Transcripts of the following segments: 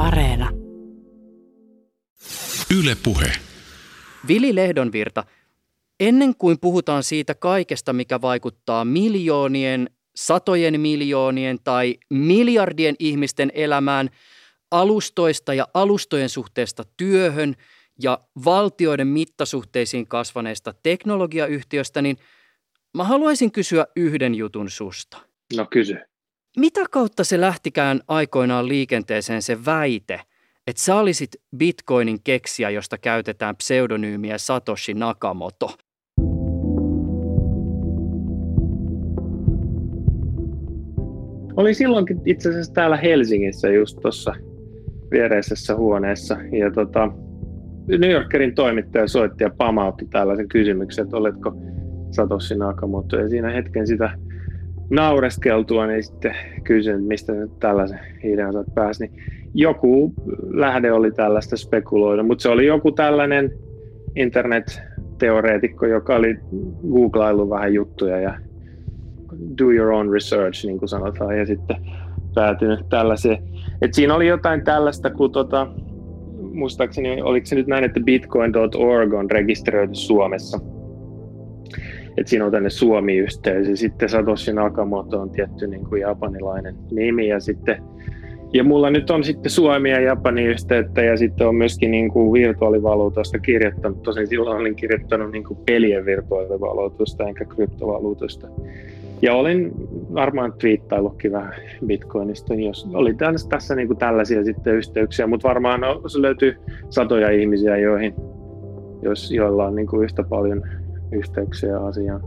Areena. Yle Puhe. Vili Lehdonvirta, ennen kuin puhutaan siitä kaikesta, mikä vaikuttaa miljoonien, satojen miljoonien tai miljardien ihmisten elämään, alustoista ja alustojen suhteesta työhön ja valtioiden mittasuhteisiin kasvaneesta teknologiayhtiöstä, niin mä haluaisin kysyä yhden jutun susta. No kysy. Mitä kautta se lähtikään aikoinaan liikenteeseen se väite, että sä olisit Bitcoinin keksijä, josta käytetään pseudonyymiä Satoshi Nakamoto? Olin silloinkin itse asiassa täällä Helsingissä just tuossa viereisessä huoneessa. Ja New Yorkerin toimittaja soitti ja pamautti tällaisen kysymyksen, että oletko Satoshi Nakamoto. Ja siinä hetken sitä naureskeltua, niin sitten kysyin, että mistä nyt tällaisen idean sä pääsi. Niin joku lähde oli tällaista spekuloida, mutta se oli joku tällainen internet-teoreetikko, joka oli googlaillut vähän juttuja ja do your own research, niin kuin sanotaan, ja sitten päätynyt tällaiseen. Et siinä oli jotain tällaista, kun muistaakseni, oliko se nyt näin, että bitcoin.org on rekisteröity Suomessa. Et siinä on tänne Suomi-yhteys, ja sitten Satoshi Nakamoto on tietty niin kuin japanilainen nimi, ja mulla nyt on sitten Suomi ja Japani yhteyttä, ja sitten on myöskin niin kuin virtuaalivaluutasta kirjoittanut. Tosin silloin olin kirjoittanut niin kuin pelien virtuaalivaluutasta enkä kryptovaluutasta. Ja olin varmaan twiittaillutkin vähän Bitcoinista, jos oli tässä niin kuin tällaisia sitten yhteyksiä, mutta varmaan löytyy satoja ihmisiä, joilla on niin kuin yhtä paljon yhteyksiä asiaan.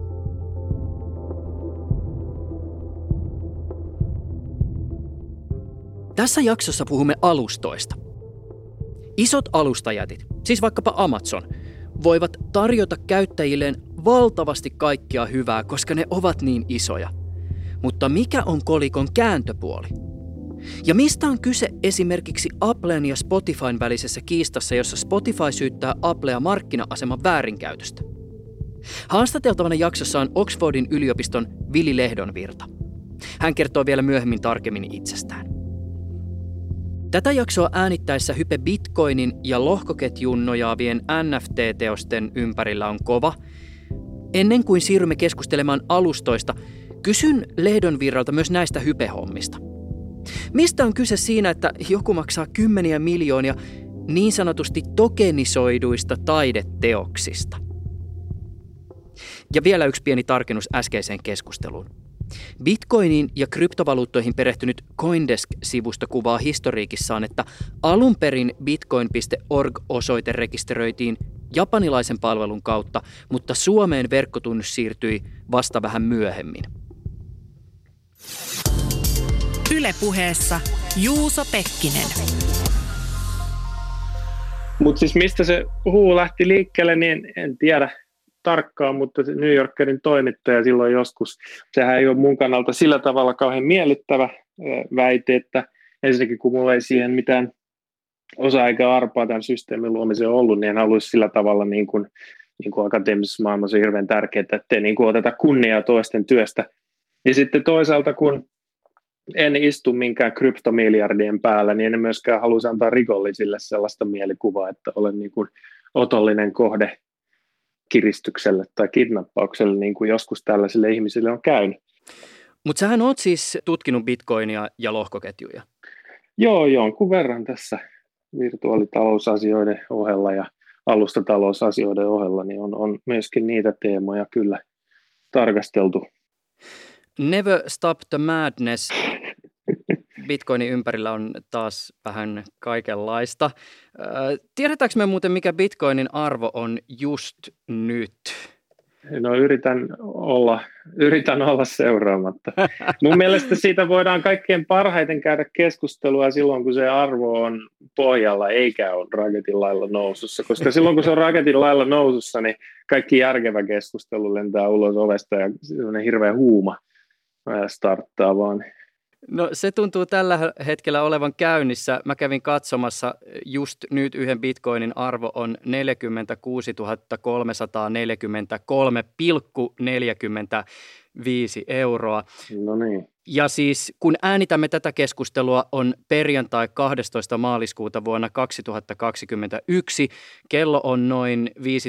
Tässä jaksossa puhumme alustoista. Isot alustajätit, siis vaikkapa Amazon, voivat tarjota käyttäjilleen valtavasti kaikkea hyvää, koska ne ovat niin isoja. Mutta mikä on kolikon kääntöpuoli? Ja mistä on kyse esimerkiksi Applen ja Spotifyn välisessä kiistassa, jossa Spotify syyttää Applea markkina-aseman väärinkäytöstä? Haastateltavana jaksossa on Oxfordin yliopiston Vili Lehdonvirta. Hän kertoo vielä myöhemmin tarkemmin itsestään. Tätä jaksoa äänittäessä hype Bitcoinin ja lohkoketjuun nojaavien NFT-teosten ympärillä on kova. Ennen kuin siirrymme keskustelemaan alustoista, kysyn Lehdonvirralta myös näistä hype-hommista. Mistä on kyse siinä, että joku maksaa kymmeniä miljoonia niin sanotusti tokenisoiduista taideteoksista? Ja vielä yksi pieni tarkennus äskeiseen keskusteluun. Bitcoiniin ja kryptovaluuttoihin perehtynyt Coindesk-sivusto kuvaa historiikissaan, että alun perin bitcoin.org-osoite rekisteröitiin japanilaisen palvelun kautta, mutta Suomeen verkkotunnus siirtyi vasta vähän myöhemmin. Yle Puheessa Juuso Pekkinen. Mutta siis mistä se huu lähti liikkeelle, niin en tiedä tarkkaan, mutta New Yorkerin toimittaja silloin joskus, sehän ei ole mun kannalta sillä tavalla kauhean miellyttävä väite, että ensinnäkin kun mulla ei siihen mitään osaa eikä arpaa tämän systeemin luomiseen ollut, niin en haluaisi sillä tavalla niin kuin akateemisessa maailmassa on hirveän tärkeää, ettei niin kuin oteta kunniaa toisten työstä. Ja sitten toisaalta, kun en istu minkään kryptomiljardien päällä, niin en myöskään haluaisi antaa rikollisille sellaista mielikuvaa, että olen niin kuin otollinen kohde kiristykselle tai kidnappaukselle, niin kuin joskus tällaisille ihmisille on käynyt. Mutta sähän oot siis tutkinut bitcoinia ja lohkoketjuja. Joo, jonkun verran tässä virtuaalitalousasioiden ohella ja alustatalousasioiden ohella, niin on myöskin niitä teemoja kyllä tarkasteltu. Never Stop the Madness. Bitcoinin ympärillä on taas vähän kaikenlaista. Tiedetäänkö me muuten, mikä Bitcoinin arvo on just nyt? No yritän olla seuraamatta. Mun mielestä siitä voidaan kaikkein parhaiten käydä keskustelua silloin, kun se arvo on pohjalla eikä ole raketin lailla nousussa. Koska silloin, kun se on raketin lailla nousussa, niin kaikki järkevä keskustelu lentää ulos ovesta ja sellainen hirveä huuma starttaa vaan. No se tuntuu tällä hetkellä olevan käynnissä. Mä kävin katsomassa just nyt yhden bitcoinin arvo on 46 343,40 €. No niin. Ja siis kun äänitämme tätä keskustelua on perjantai 12. maaliskuuta vuonna 2021. Kello on noin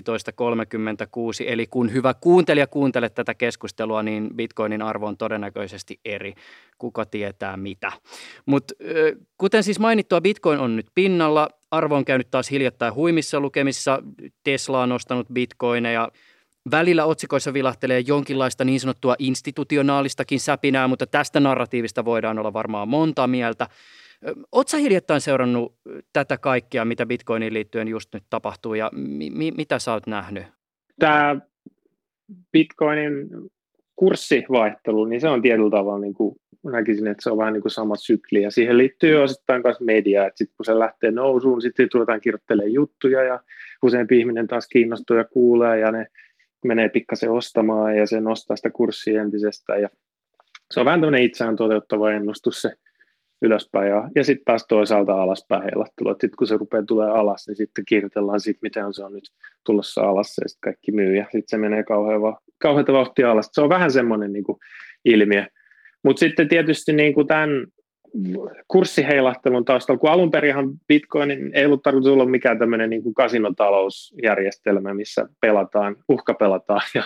15.36, eli kun hyvä kuuntelija kuuntelet tätä keskustelua, niin Bitcoinin arvo on todennäköisesti eri. Kuka tietää mitä. Mutta kuten siis mainittua, Bitcoin on nyt pinnalla. Arvo on käynyt taas hiljattain huimissa lukemissa. Tesla on nostanut bitcoineja. Välillä otsikoissa vilahtelee jonkinlaista niin sanottua institutionaalistakin säpinää, mutta tästä narratiivista voidaan olla varmaan monta mieltä. Oletko sä hiljattain seurannut tätä kaikkea, mitä Bitcoiniin liittyen just nyt tapahtuu, ja mitä sä oot nähnyt? Tämä Bitcoinin kurssivaihtelu, niin se on tietyllä tavalla, niin kuin näkisin, että se on vähän niin kuin sama sykli, ja siihen liittyy osittain myös media, että sitten kun se lähtee nousuun, sitten ruvetaan kirjoittelemaan juttuja, ja useampi ihminen taas kiinnostuu ja kuulee, ja ne menee pikkasen ostamaan ja se nostaa sitä kurssia entisestään. Ja se on vähän tämmöinen itseään toteuttava ennustus se ylöspäin ja sitten taas toisaalta alaspäin heilattelu. Sitten kun se rupeaa tulee alas, niin sitten kirjoitellaan siitä, miten se on nyt tulossa alas ja sitten kaikki myy ja sitten se menee kauheata vauhtia alas. Se on vähän semmoinen niin kuin ilmiö. Mutta sitten tietysti niin kuin tämän kurssiheilahtelun taustalla, kun alun perinhan Bitcoinin ei ollut tarkoitus olla mikään tämmöinen niin kuin kasinotalousjärjestelmä, missä uhkapelataan ja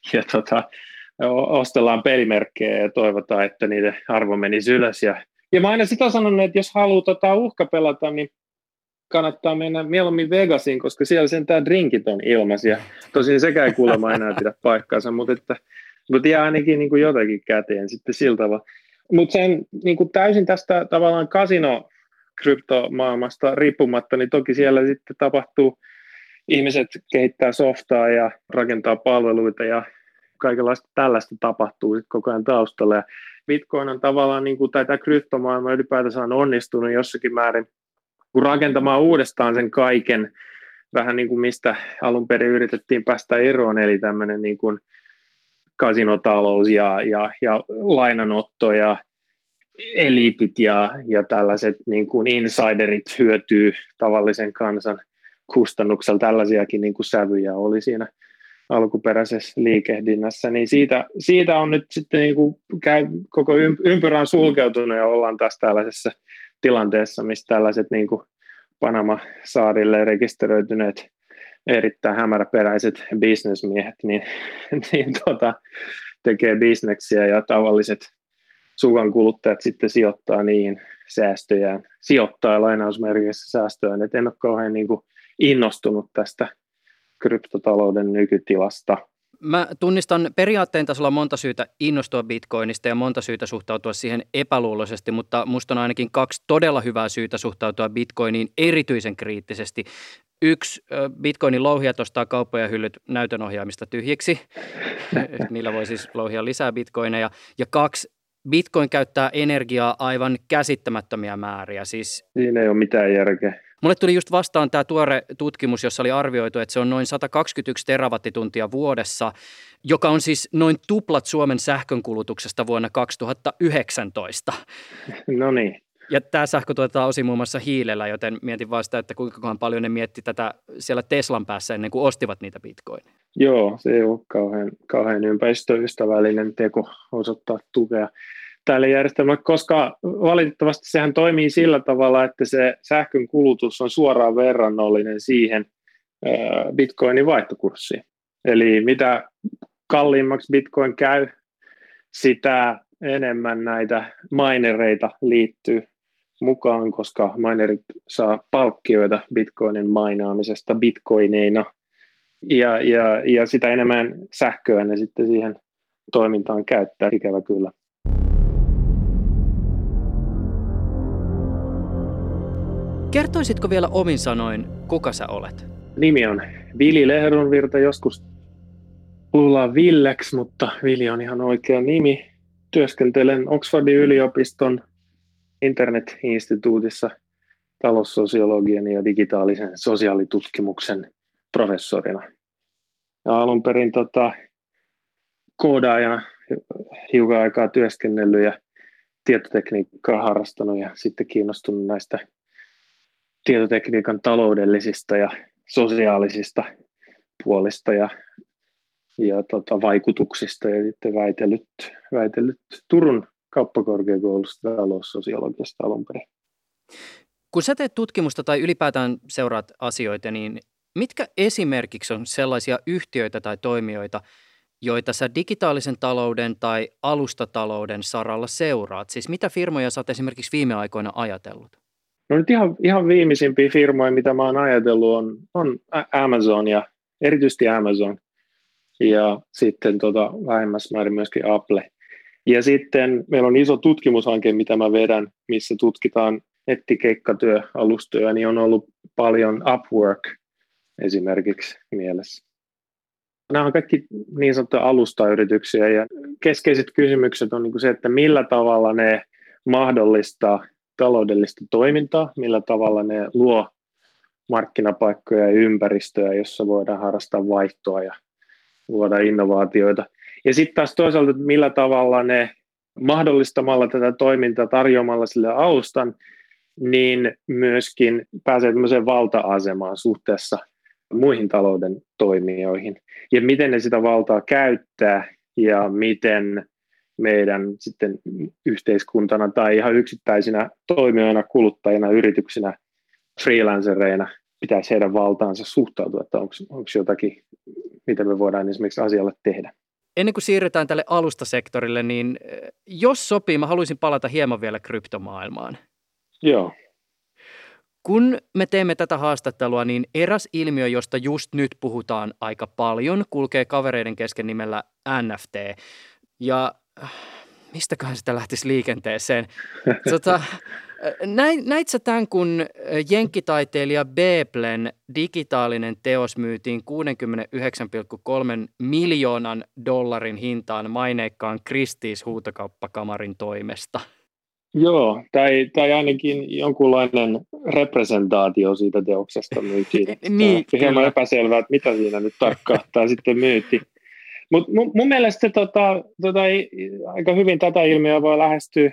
ostellaan pelimerkkejä ja toivotaan, että niiden arvo menisi ylös. Ja mä aina sitä sanonut, että jos haluaa uhkapelata, niin kannattaa mennä mieluummin Vegasiin, koska siellä sentään drinkit on ilmaisia. Tosin sekään ei kuulemma enää pidä paikkaansa, mutta jää ainakin niin kuin jotakin käteen sitten sillä tavalla. Mutta sen niin kuin täysin tästä tavallaan kasino-kryptomaailmasta riippumatta, niin toki siellä sitten tapahtuu, ihmiset kehittää softaa ja rakentaa palveluita ja kaikenlaista tällaista tapahtuu koko ajan taustalla. Ja Bitcoin on tavallaan, niin kuin, tai tämä kryptomaailma ylipäätänsä on onnistunut jossakin määrin rakentamaan uudestaan sen kaiken, vähän niin kuin mistä alun perin yritettiin päästä eroon, eli tämmöinen niin kuin kasinotalous ja lainanotto ja eliitit ja tällaiset niin kuin insiderit hyötyy tavallisen kansan kustannuksella. Tällaisiakin niin kuin sävyjä oli siinä alkuperäisessä liikehdinnässä. Niin siitä on nyt sitten niin kuin koko ympyrä on sulkeutunut ja ollaan taas tällaisessa tilanteessa, missä tällaiset niin kuin Panama-saarille rekisteröityneet erittäin hämäräperäiset bisnesmiehet niin tekee bisneksiä ja tavalliset sukan kuluttajat sitten sijoittaa niihin säästöjään, sijoittaa lainausmerkeissä säästöään, että en ole kauhean niin kuin innostunut tästä kryptotalouden nykytilasta. Mä tunnistan periaatteen tasolla monta syytä innostua Bitcoinista ja monta syytä suhtautua siihen epäluuloisesti, mutta musta on ainakin 2 todella hyvää syytä suhtautua Bitcoiniin erityisen kriittisesti. 1, Bitcoinin louhijat ostaa kauppojen hyllyt näytön ohjaamista tyhjiksi. Niillä voi siis louhia lisää bitcoineja. Ja 2, Bitcoin käyttää energiaa aivan käsittämättömiä määriä. Siis siinä ei ole mitään järkeä. Mulle tuli just vastaan tämä tuore tutkimus, jossa oli arvioitu, että se on noin 121 terawattituntia vuodessa, joka on siis noin tuplat Suomen sähkönkulutuksesta vuonna 2019. No niin. Ja tämä sähkö tuotetaan osin muun muassa hiilellä, joten mietin vaan sitä, että kuinka paljon ne mietti tätä siellä Teslan päässä ennen kuin ostivat niitä bitcoineja. Joo, se ei ole kauhean ympäristöystävällinen teko osoittaa tukea tälle järjestelmälle, koska valitettavasti sehän toimii sillä tavalla, että se sähkön kulutus on suoraan verrannollinen siihen bitcoinin vaihtokurssiin. Eli mitä kalliimmaksi bitcoin käy, sitä enemmän näitä minereita liittyy mukaan, koska minerit saa palkkioita bitcoinin mainaamisesta bitcoineina ja sitä enemmän sähköä ne sitten siihen toimintaan käyttää, ikävä kyllä. Kertoisitko vielä omin sanoin, kuka sä olet? Nimi on Vili Lehdonvirta, joskus luullaan Villeksi, mutta Vili on ihan oikea nimi. Työskentelen Oxfordin yliopiston internet-instituutissa taloussosiologian ja digitaalisen sosiaalitutkimuksen professorina. Ja alun perin koodaajana hiukan aikaa työskennellyt ja tietotekniikkaa harrastanut ja sitten kiinnostunut näistä tietotekniikan taloudellisista ja sosiaalisista puolista ja vaikutuksista ja sitten väitellyt Turun kauppakorkeakoulusta taloussosiologiasta alun perin. Kun sä teet tutkimusta tai ylipäätään seuraat asioita, niin mitkä esimerkiksi on sellaisia yhtiöitä tai toimijoita, joita sä digitaalisen talouden tai alustatalouden saralla seuraat? Siis mitä firmoja sä oot esimerkiksi viime aikoina ajatellut? No nyt ihan viimeisimpiä firmoja, mitä mä oon ajatellut, on Amazon ja erityisesti Amazon ja sitten vähemmässä määrin myöskin Apple. Ja sitten meillä on iso tutkimushanke, mitä mä vedän, missä tutkitaan nettikeikkatyöalustoja, niin on ollut paljon Upwork esimerkiksi mielessä. Nämä on kaikki niin sanottuja alustayrityksiä ja keskeiset kysymykset on niin kuin se, että millä tavalla ne mahdollistaa taloudellista toimintaa, millä tavalla ne luo markkinapaikkoja ja ympäristöä, jossa voidaan harrastaa vaihtoa ja luoda innovaatioita. Ja sitten taas toisaalta, että millä tavalla ne mahdollistamalla tätä toimintaa, tarjoamalla sille alustan, niin myöskin pääsee tämmöiseen valta-asemaan suhteessa muihin talouden toimijoihin. Ja miten ne sitä valtaa käyttää ja miten meidän sitten yhteiskuntana tai ihan yksittäisinä toimijoina, kuluttajina, yrityksinä, freelancereina pitäisi heidän valtaansa suhtautua, että onko jotakin, mitä me voidaan esimerkiksi asialle tehdä. Ennen kuin siirrytään tälle alustasektorille, niin jos sopii, mä haluaisin palata hieman vielä kryptomaailmaan. Joo. Kun me teemme tätä haastattelua, niin eräs ilmiö, josta just nyt puhutaan aika paljon, kulkee kavereiden kesken nimellä NFT. Ja mistäköhän sitä lähtisi liikenteeseen? Näit sä tämän, kun jenkkitaiteilija Beblen digitaalinen teos myytiin $69,3 miljoonan hintaan maineikkaan Christie's huutokauppakamarin toimesta? Joo, tai ainakin jonkunlainen representaatio siitä teoksesta myytiin. Niin, hieman epäselvää, että mitä siinä nyt tarkkaan sitten myytiin. Mutta mun mielestä aika hyvin tätä ilmiöä voi lähestyä,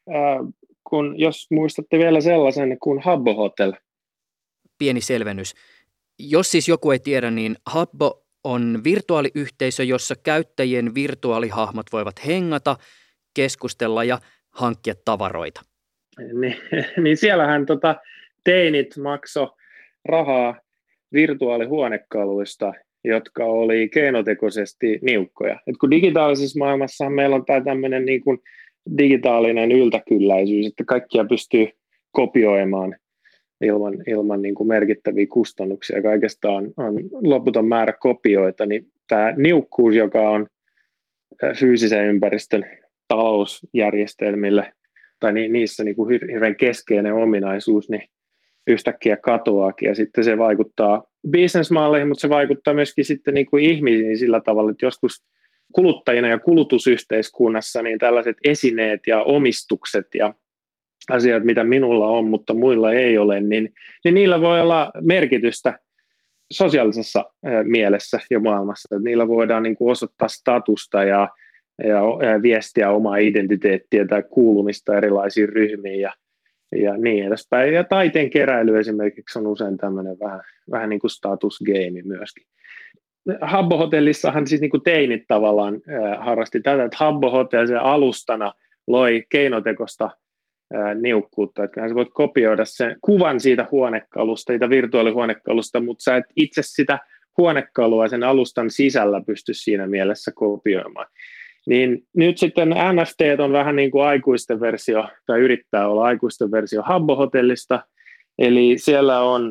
jos muistatte vielä sellaisen kuin Habbo Hotel. Pieni selvennys. Jos siis joku ei tiedä, niin Habbo on virtuaaliyhteisö, jossa käyttäjien virtuaalihahmot voivat hengata, keskustella ja hankkia tavaroita. Niin siellähän teinit maksoi rahaa virtuaalihuonekaluista, jotka oli keinotekoisesti niukkoja. Et kun digitaalisessa maailmassa meillä on tämä tämmöinen niin kuin digitaalinen yltäkylläisyys, että kaikkia pystyy kopioimaan ilman niin kuin merkittäviä kustannuksia. Kaikesta on loputon määrä kopioita, niin tämä niukkuus, joka on fyysisen ympäristön talousjärjestelmille tai niissä niin kuin hirveän keskeinen ominaisuus, niin yhtäkkiä katoaakin ja sitten se vaikuttaa businessmalleihin, mutta se vaikuttaa myöskin sitten niin kuin ihmisiin sillä tavalla, että joskus kuluttajina ja kulutusyhteiskunnassa niin tällaiset esineet ja omistukset ja asiat, mitä minulla on, mutta muilla ei ole, niin niillä voi olla merkitystä sosiaalisessa mielessä ja maailmassa. Että niillä voidaan niin kuin osoittaa statusta ja viestiä omaa identiteettiä tai kuulumista erilaisiin ryhmiin ja niin edespäin. Ja taiteen keräily esimerkiksi on usein tämmöinen vähän niin kuin statusgame myöskin. Habbo Hotellissahan siis niin kuin teinit tavallaan harrasti tätä, että Habbo Hotel se alustana loi keinotekoista niukkuutta, että sä voit kopioida sen kuvan siitä huonekalusta, siitä virtuaalihuonekalusta, mutta sä et itse sitä huonekalua sen alustan sisällä pysty siinä mielessä kopioimaan. Niin nyt sitten NFT on vähän niin kuin aikuisten versio, tai yrittää olla aikuisten versio Habbo Hotellista, eli siellä on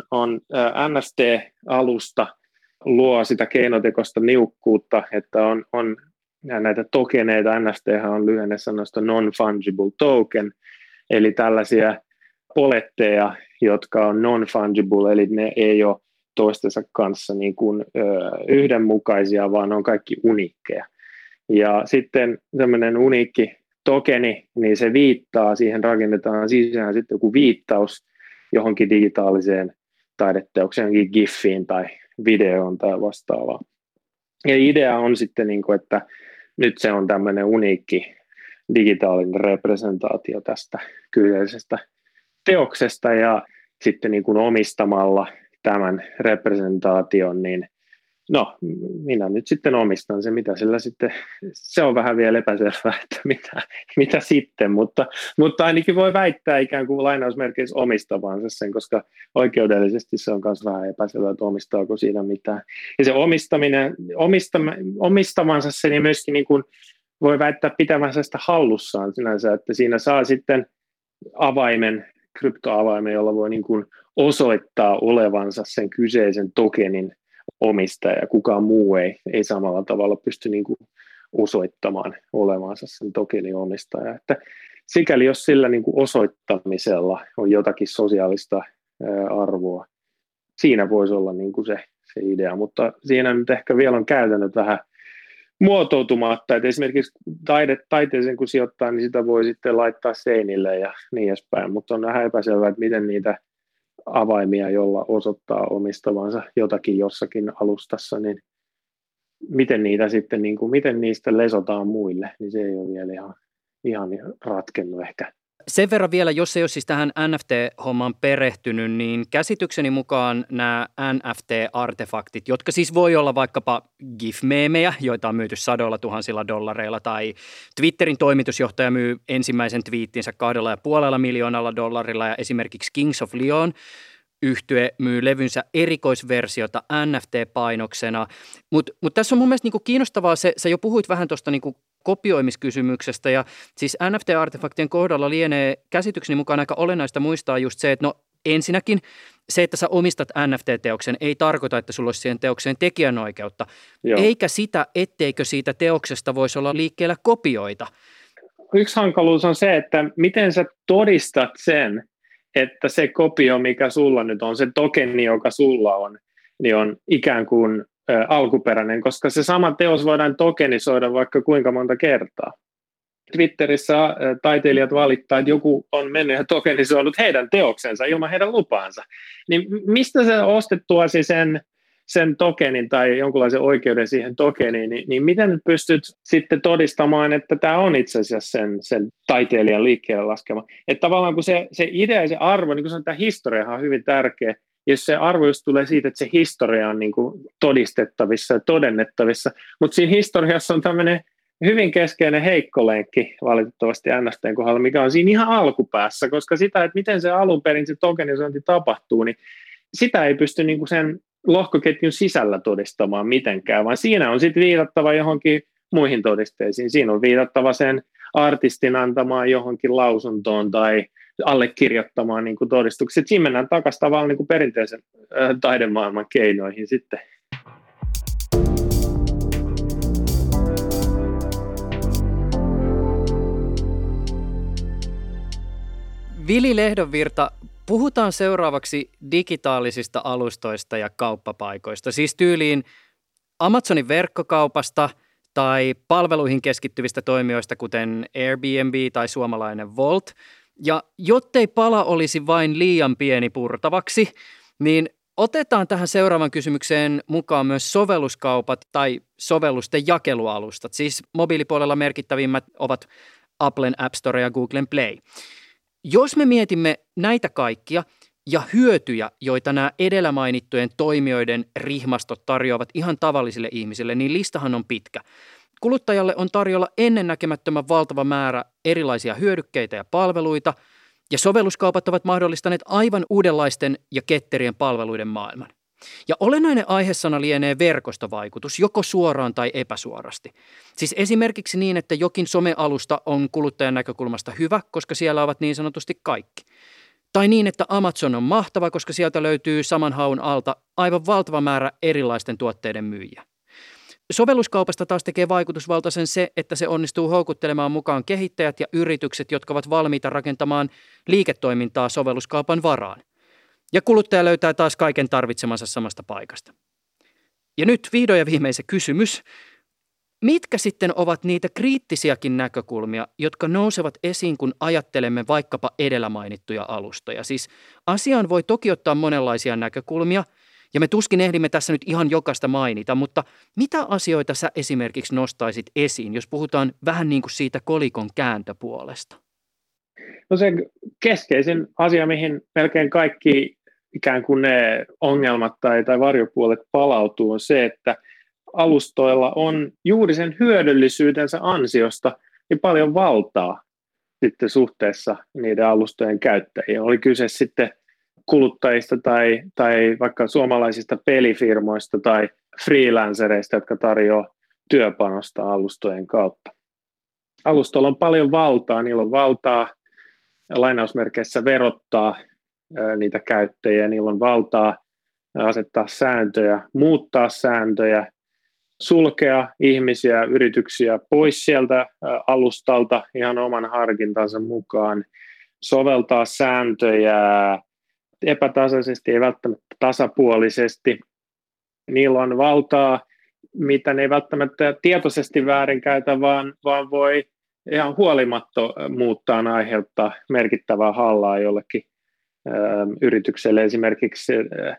NFT-alusta, luo sitä keinotekoista niukkuutta, että on näitä tokeneita, NFT on lyhenne sanoista non-fungible token, eli tällaisia poletteja, jotka on non-fungible, eli ne ei ole toistensa kanssa niin kuin, yhdenmukaisia, vaan on kaikki uniikkeja. Ja sitten tämmöinen uniikki tokeni, niin se viittaa, siihen rakennetaan sisään sitten joku viittaus johonkin digitaaliseen taideteokseen, johonkin GIFiin tai videoon tai vastaavaa. Ja idea on sitten, niin kuin, että nyt se on tämmöinen uniikki digitaalinen representaatio tästä kyseisestä teoksesta ja sitten niin kuin omistamalla tämän representaation, niin no, minä nyt sitten omistan se, mitä sillä sitten, se on vähän vielä epäselvää, että mitä sitten, mutta ainakin voi väittää ikään kuin lainausmerkeissä omistavansa sen, koska oikeudellisesti se on myös vähän epäselvää, että omistaako siinä mitään. Ja se omistavansa se niin myöskin niin kuin voi väittää pitävänsä sitä hallussaan sinänsä, että siinä saa sitten kryptoavaimen, jolla voi niin kuin osoittaa olevansa sen kyseisen tokenin omistaja. Kukaan muu ei samalla tavalla pysty niin kuin osoittamaan olevansa sen tokenin omistaja. Että sikäli jos sillä niin kuin osoittamisella on jotakin sosiaalista arvoa, siinä voisi olla niin kuin se idea, mutta siinä nyt ehkä vielä on käytännöt vähän muotoutumatta, että esimerkiksi taiteeseen kun sijoittaa, niin sitä voi sitten laittaa seinille ja niin edespäin, mutta on vähän epäselvää, että miten niitä avaimia, jolla osoittaa omistavansa jotakin jossakin alustassa, niin miten niitä sitten, niin kuin, miten niistä lesotaan muille, niin se ei ole vielä ihan ratkennut ehkä. Sen verran vielä, jos ei ole siis tähän NFT-hommaan perehtynyt, niin käsitykseni mukaan nämä NFT-artefaktit, jotka siis voi olla vaikkapa GIF-meemejä, joita on myyty sadoilla tuhansilla dollareilla, tai Twitterin toimitusjohtaja myy ensimmäisen twiittinsä $2,5 miljoonalla ja esimerkiksi Kings of Leon yhtye myy levynsä erikoisversiota NFT-painoksena. Mutta tässä on mun mielestä niinku kiinnostavaa, sä jo puhuit vähän tuosta niinku kopioimiskysymyksestä ja siis NFT-artefaktien kohdalla lienee käsitykseni mukaan aika olennaista muistaa just se, että no ensinnäkin se, että sä omistat NFT-teoksen ei tarkoita, että sulla olisi siihen teokseen tekijänoikeutta, eikä sitä, etteikö siitä teoksesta voisi olla liikkeellä kopioita. Yksi hankaluus on se, että miten sä todistat sen, että se kopio, mikä sulla nyt on, se tokeni, joka sulla on, niin on ikään kuin alkuperäinen, koska se sama teos voidaan tokenisoida vaikka kuinka monta kertaa. Twitterissä taiteilijat valittaa, että joku on mennyt ja tokenisoinut heidän teoksensa ilman heidän lupaansa. Niin mistä se ostettuasi sen tokenin tai jonkunlaisen oikeuden siihen tokeniin, niin miten pystyt sitten todistamaan, että tämä on itse asiassa sen taiteilijan liikkeelle laskema. Että tavallaan kun se idea ja se arvo, niin kuin sanotaan, tämä historia on hyvin tärkeä, jos se arvo just tulee siitä, että se historia on niin kuin todistettavissa ja todennettavissa, mutta siinä historiassa on tämmöinen hyvin keskeinen heikko lenkki valitettavasti NFT:n kohdalla, mikä on siinä ihan alkupäässä, koska sitä, että miten se alun perin se tokenisointi tapahtuu, niin sitä ei pysty niin kuin sen lohkoketjun sisällä todistamaan mitenkään, vaan siinä on sitten viitattava johonkin muihin todisteisiin. Siinä on viitattava sen artistin antamaan johonkin lausuntoon tai allekirjoittamaan niin kuin todistukset. Siinä mennään takaisin tavallaan niin kuin perinteisen taidemaailman keinoihin sitten. Vili Lehdonvirta, puhutaan seuraavaksi digitaalisista alustoista ja kauppapaikoista, siis tyyliin Amazonin verkkokaupasta tai palveluihin keskittyvistä toimijoista, kuten Airbnb tai suomalainen Wolt. Ja jottei pala olisi vain liian pieni purtavaksi, niin otetaan tähän seuraavan kysymykseen mukaan myös sovelluskaupat tai sovellusten jakelualustat. Siis mobiilipuolella merkittävimmät ovat Applen App Store ja Googlen Play. Jos me mietimme näitä kaikkia ja hyötyjä, joita nämä edellä mainittujen toimijoiden rihmastot tarjoavat ihan tavallisille ihmisille, niin listahan on pitkä. Kuluttajalle on tarjolla ennennäkemättömän valtava määrä erilaisia hyödykkeitä ja palveluita, ja sovelluskaupat ovat mahdollistaneet aivan uudenlaisten ja ketterien palveluiden maailman. Ja olennainen aihesana lienee verkostovaikutus, joko suoraan tai epäsuorasti. Siis esimerkiksi niin, että jokin somealusta on kuluttajan näkökulmasta hyvä, koska siellä ovat niin sanotusti kaikki. Tai niin, että Amazon on mahtava, koska sieltä löytyy saman haun alta aivan valtava määrä erilaisten tuotteiden myyjiä. Sovelluskaupasta taas tekee vaikutusvaltaisen se, että se onnistuu houkuttelemaan mukaan kehittäjät ja yritykset, jotka ovat valmiita rakentamaan liiketoimintaa sovelluskaupan varaan. Ja kuluttaja löytää taas kaiken tarvitsemansa samasta paikasta. Ja nyt vihdoin ja viimein se kysymys. Mitkä sitten ovat niitä kriittisiäkin näkökulmia, jotka nousevat esiin, kun ajattelemme vaikkapa edellä mainittuja alustoja? Siis asiaan voi toki ottaa monenlaisia näkökulmia, ja me tuskin ehdimme tässä nyt ihan jokaista mainita, mutta mitä asioita sä esimerkiksi nostaisit esiin, jos puhutaan vähän niin kuin siitä kolikon kääntöpuolesta? No se keskeisin asia, mihin melkein kaikki ikään kuin ne ongelmat tai varjopuolet palautuu, on se, että alustoilla on juuri sen hyödyllisyytensä ansiosta niin paljon valtaa sitten suhteessa niiden alustojen käyttäjiin. Oli kyse sitten kuluttajista tai vaikka suomalaisista pelifirmoista tai freelancereista, jotka tarjoaa työpanosta alustojen kautta. Alustoilla on paljon valtaa, niillä on valtaa lainausmerkeissä verottaa niitä käyttäjiä, niillä on valtaa asettaa sääntöjä, muuttaa sääntöjä, sulkea ihmisiä, yrityksiä pois sieltä alustalta ihan oman harkintansa mukaan, soveltaa sääntöjä epätasaisesti, ei välttämättä tasapuolisesti. Niillä on valtaa, mitä ne ei välttämättä tietoisesti väärinkäytä, vaan voi ihan huolimattomuuttaan aiheuttaa merkittävää hallaa jollekin yritykselle. Esimerkiksi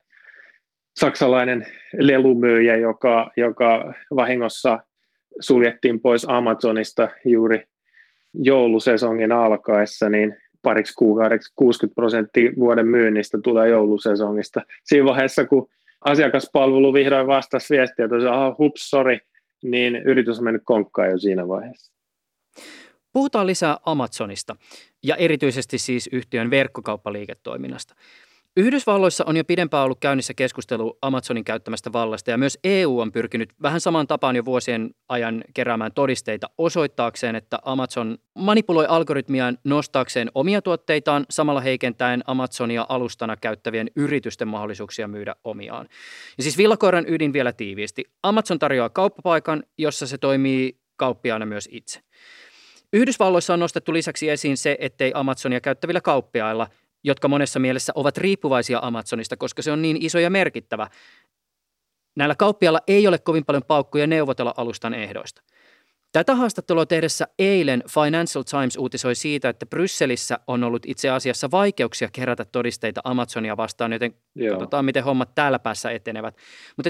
saksalainen lelumyyjä, joka vahingossa suljettiin pois Amazonista juuri joulusesongin alkaessa, niin pariksi kuukaudeksi 60% vuoden myynnistä tulee joulusesongista. Siinä vaiheessa, kun asiakaspalvelu vihdoin vastasi viestiä, että hups, sorry, niin yritys on mennyt konkkaan jo siinä vaiheessa. Puhutaan lisää Amazonista ja erityisesti siis yhtiön verkkokauppaliiketoiminnasta. Yhdysvalloissa on jo pidempään ollut käynnissä keskustelu Amazonin käyttämästä vallasta ja myös EU on pyrkinyt vähän samaan tapaan jo vuosien ajan keräämään todisteita osoittaakseen, että Amazon manipuloi algoritmiaan nostaakseen omia tuotteitaan samalla heikentäen Amazonia alustana käyttävien yritysten mahdollisuuksia myydä omiaan. Ja siis villakoiran ydin vielä tiiviisti. Amazon tarjoaa kauppapaikan, jossa se toimii kauppiaana myös itse. Yhdysvalloissa on nostettu lisäksi esiin se, ettei Amazonia käyttävillä kauppiailla, jotka monessa mielessä ovat riippuvaisia Amazonista, koska se on niin iso ja merkittävä. Näillä kauppiailla ei ole kovin paljon paukkuja neuvotella alustan ehdoista. Tätä haastattelua tehdessä eilen Financial Times uutisoi siitä, että Brysselissä on ollut itse asiassa vaikeuksia kerätä todisteita Amazonia vastaan, joten katsotaan, miten hommat täällä päässä etenevät. Mutta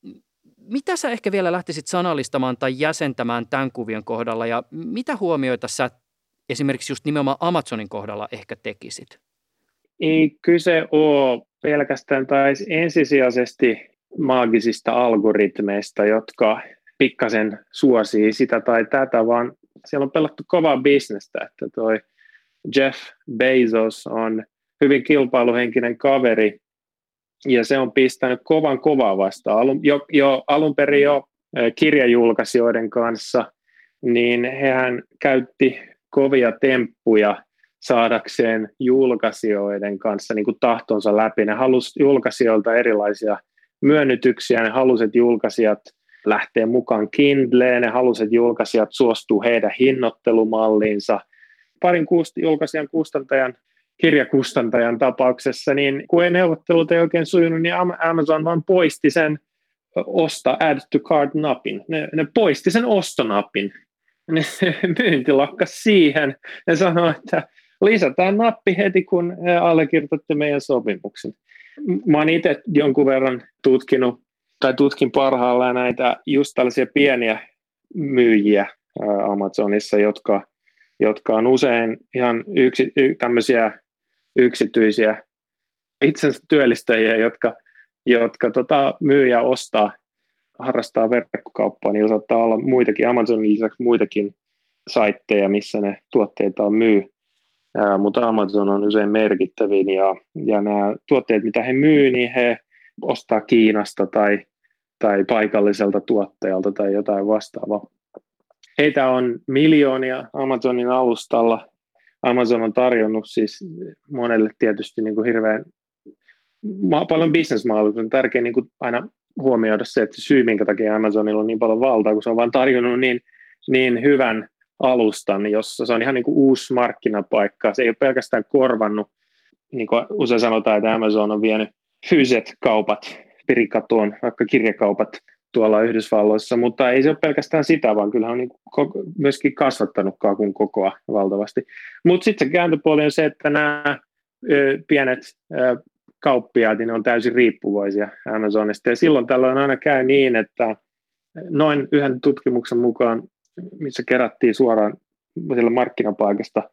mitä sä ehkä vielä lähtisit sanallistamaan tai jäsentämään tämän kuvion kohdalla ja mitä huomioita sä esimerkiksi just nimenomaan Amazonin kohdalla ehkä tekisit? Ei kyse ole pelkästään tai ensisijaisesti maagisista algoritmeista, jotka pikkasen suosii sitä tai tätä, vaan siellä on pelattu kovaa bisnestä, että toi Jeff Bezos on hyvin kilpailuhenkinen kaveri ja se on pistänyt kovaa vastaan. Jo alun perin kirjajulkaisijoiden kanssa, niin hehän käytti kovia temppuja saadakseen julkaisijoiden kanssa niin kuin tahtonsa läpi. Ne halusi julkaisijoilta erilaisia myönnytyksiä, ne halusivat julkaisijat lähteä mukaan Kindleen, ne halusivat julkaisijat suostua heidän hinnoittelumalliinsa. Parin julkaisijan kirjakustantajan tapauksessa, niin kun ei neuvottelut ei oikein sujunut, niin Amazon vaan poisti sen add to cart-napin. Ne poisti sen ostonapin. Ne myynti lakkasi siihen. Ne sanoi, että lisätään nappi heti, kun allekirjoitatte meidän sopimuksen. Mä oon itse jonkun verran tutkin parhaillaan näitä just tällaisia pieniä myyjiä Amazonissa, jotka on usein ihan tämmöisiä yksityisiä itsensä työllistäjiä, jotka myyjä ostaa, harrastaa verkkokauppaa, niin saattaa olla muitakin, Amazonin lisäksi muitakin saitteja, missä ne tuotteita myy. Mutta Amazon on usein merkittävin ja nämä tuotteet, mitä he myy, niin he ostaa Kiinasta tai paikalliselta tuottajalta tai jotain vastaavaa. Heitä on miljoonia Amazonin alustalla. Amazon on tarjonnut siis monelle tietysti niin kuin hirveän paljon bisnesmahdollisuuksia. On tärkeää niin kuin aina huomioida se, että syy, minkä takia Amazonilla on niin paljon valtaa, kun se on vain tarjonnut niin hyvän alustan, jossa se on ihan niin kuin uusi markkinapaikka. Se ei ole pelkästään korvannut, niin kuin usein sanotaan, että Amazon on vienyt fyysiset kaupat perikatoon, vaikka kirjakaupat tuolla Yhdysvalloissa, mutta ei se ole pelkästään sitä, vaan kyllähän on niin myöskin kasvattanut kakun kokoa valtavasti. Mutta sitten se kääntöpuoli on se, että nämä pienet kauppiaat, niin on täysin riippuvaisia Amazonista, ja silloin tällöin aina käy niin, että noin yhden tutkimuksen mukaan, missä kerättiin suoraan siellä markkinapaikasta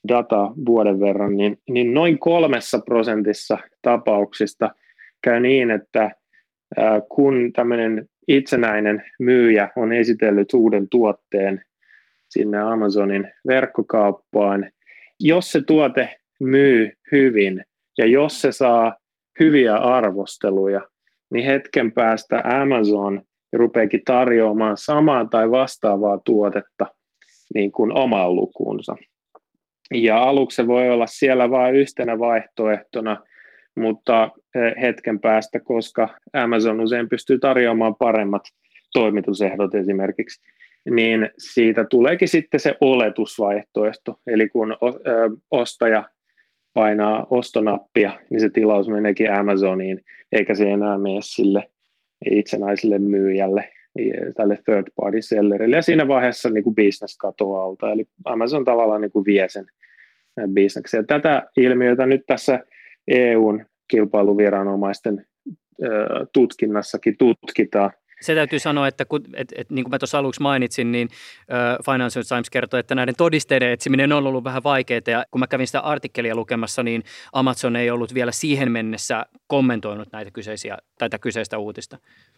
dataa vuoden verran, niin noin 3% tapauksista käy niin, että kun tämmöinen itsenäinen myyjä on esitellyt uuden tuotteen sinne Amazonin verkkokauppaan, jos se tuote myy hyvin ja jos se saa hyviä arvosteluja, niin hetken päästä Amazon rupeekin tarjoamaan samaa tai vastaavaa tuotetta niin kuin omaan lukuunsa. Ja aluksi se voi olla siellä vain yhtenä vaihtoehtona, mutta hetken päästä, koska Amazon usein pystyy tarjoamaan paremmat toimitusehdot esimerkiksi, niin siitä tuleekin sitten se oletusvaihtoehto. Eli kun ostaja painaa ostonappia, niin se tilaus meneekin Amazoniin, eikä se enää mene sille itsenäiselle myyjälle, tälle third party sellerille. Ja siinä vaiheessa niin kuin business katoaa alta, eli Amazon tavallaan niin kuin vie sen bisneksen. Ja tätä ilmiötä nyt tässä EUn kilpailuviranomaisten tutkinnassakin tutkitaan. Se täytyy sanoa, että niin kuin mä tuossa aluksi mainitsin, niin Financial Times kertoi, että näiden todisteiden etsiminen on ollut vähän vaikeaa. Ja kun mä kävin sitä artikkelia lukemassa, niin Amazon ei ollut vielä siihen mennessä kommentoinut tätä kyseistä uutista.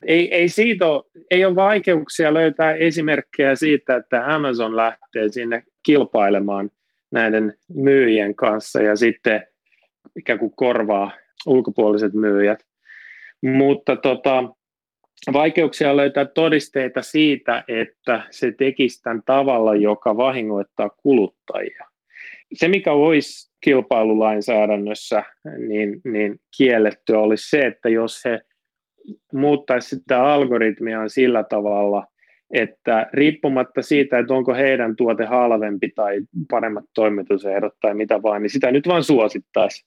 Ei ole vaikeuksia löytää esimerkkejä siitä, että Amazon lähtee sinne kilpailemaan näiden myyjien kanssa ja sitten ikään kuin korvaa ulkopuoliset myyjät. Mutta vaikeuksia löytää todisteita siitä, että se tekisi tämän tavalla, joka vahingoittaa kuluttajia. Se, mikä olisi kilpailulainsäädännössä niin kiellettyä, olisi se, että jos he muuttaisi sitä algoritmiaan sillä tavalla, että riippumatta siitä, että onko heidän tuote halvempi tai paremmat toimitusehdot tai mitä vaan, niin sitä nyt vaan suosittaisi.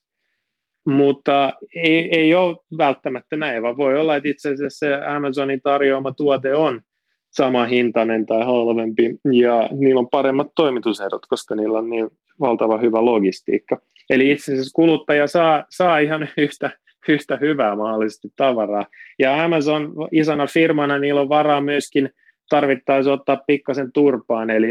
Mutta ei ole välttämättä näin, vaan voi olla, että itse asiassa se Amazonin tarjoama tuote on sama hintainen tai halvempi, ja niillä on paremmat toimitusehdot, koska niillä on niin valtava hyvä logistiikka. Eli itse asiassa kuluttaja saa ihan yhtä hyvää mahdollisesti tavaraa. Ja Amazon isona firmana, niillä on varaa myöskin tarvittaisiin ottaa pikkasen turpaan, eli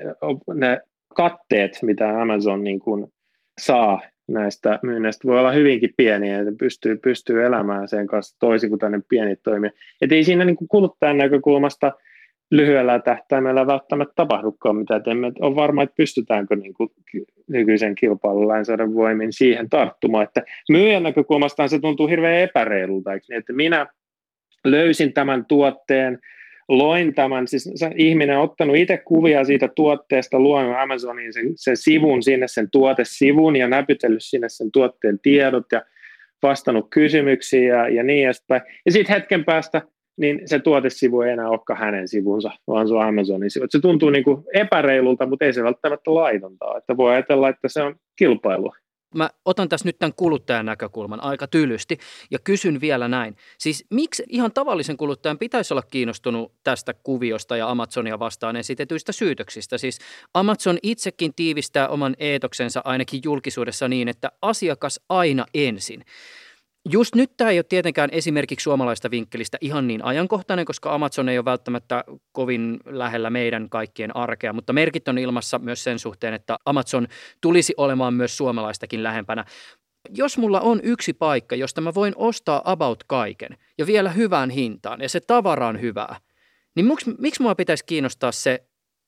ne katteet, mitä Amazon niin kuin saa näistä myynneistä, voi olla hyvinkin pieniä, että pystyy elämään sen kanssa toisin kuin tänne pieni toimija. Että ei siinä niin kuin kuluttajan näkökulmasta lyhyellä tähtäimellä välttämättä tapahdukaan mitään. Emme ole varma, että pystytäänkö niin kuin nykyisen kilpailulainsäädännön voimin siihen tarttumaan. Että myyjän näkökulmastaan se tuntuu hirveän epäreilulta, että minä löysin tämän tuotteen, loin tämän, siis ihminen on ottanut itse kuvia siitä tuotteesta, luonut Amazoniin sen sivun sinne, sen tuotesivun ja näpytellyt sinne sen tuotteen tiedot ja vastannut kysymyksiin ja niin edespäin. Ja sitten hetken päästä niin se tuotesivu ei enää olekaan hänen sivunsa, vaan se on Amazonin sivu. Se tuntuu niin kuin epäreilulta, mutta ei se välttämättä laitonta. Että voi ajatella, että se on kilpailua. Mä otan tässä nyt tämän kuluttajan näkökulman aika tylysti ja kysyn vielä näin. Siis miksi ihan tavallisen kuluttajan pitäisi olla kiinnostunut tästä kuviosta ja Amazonia vastaan esitetyistä syytöksistä? Siis Amazon itsekin tiivistää oman eetoksensa ainakin julkisuudessa niin, että asiakas aina ensin. Just nyt tämä ei ole tietenkään esimerkiksi suomalaista vinkkelistä ihan niin ajankohtainen, koska Amazon ei ole välttämättä kovin lähellä meidän kaikkien arkea, mutta merkit on ilmassa myös sen suhteen, että Amazon tulisi olemaan myös suomalaistakin lähempänä. Jos mulla on yksi paikka, josta mä voin ostaa about kaiken ja vielä hyvään hintaan ja se tavara on hyvää, niin miksi mua pitäisi kiinnostaa se,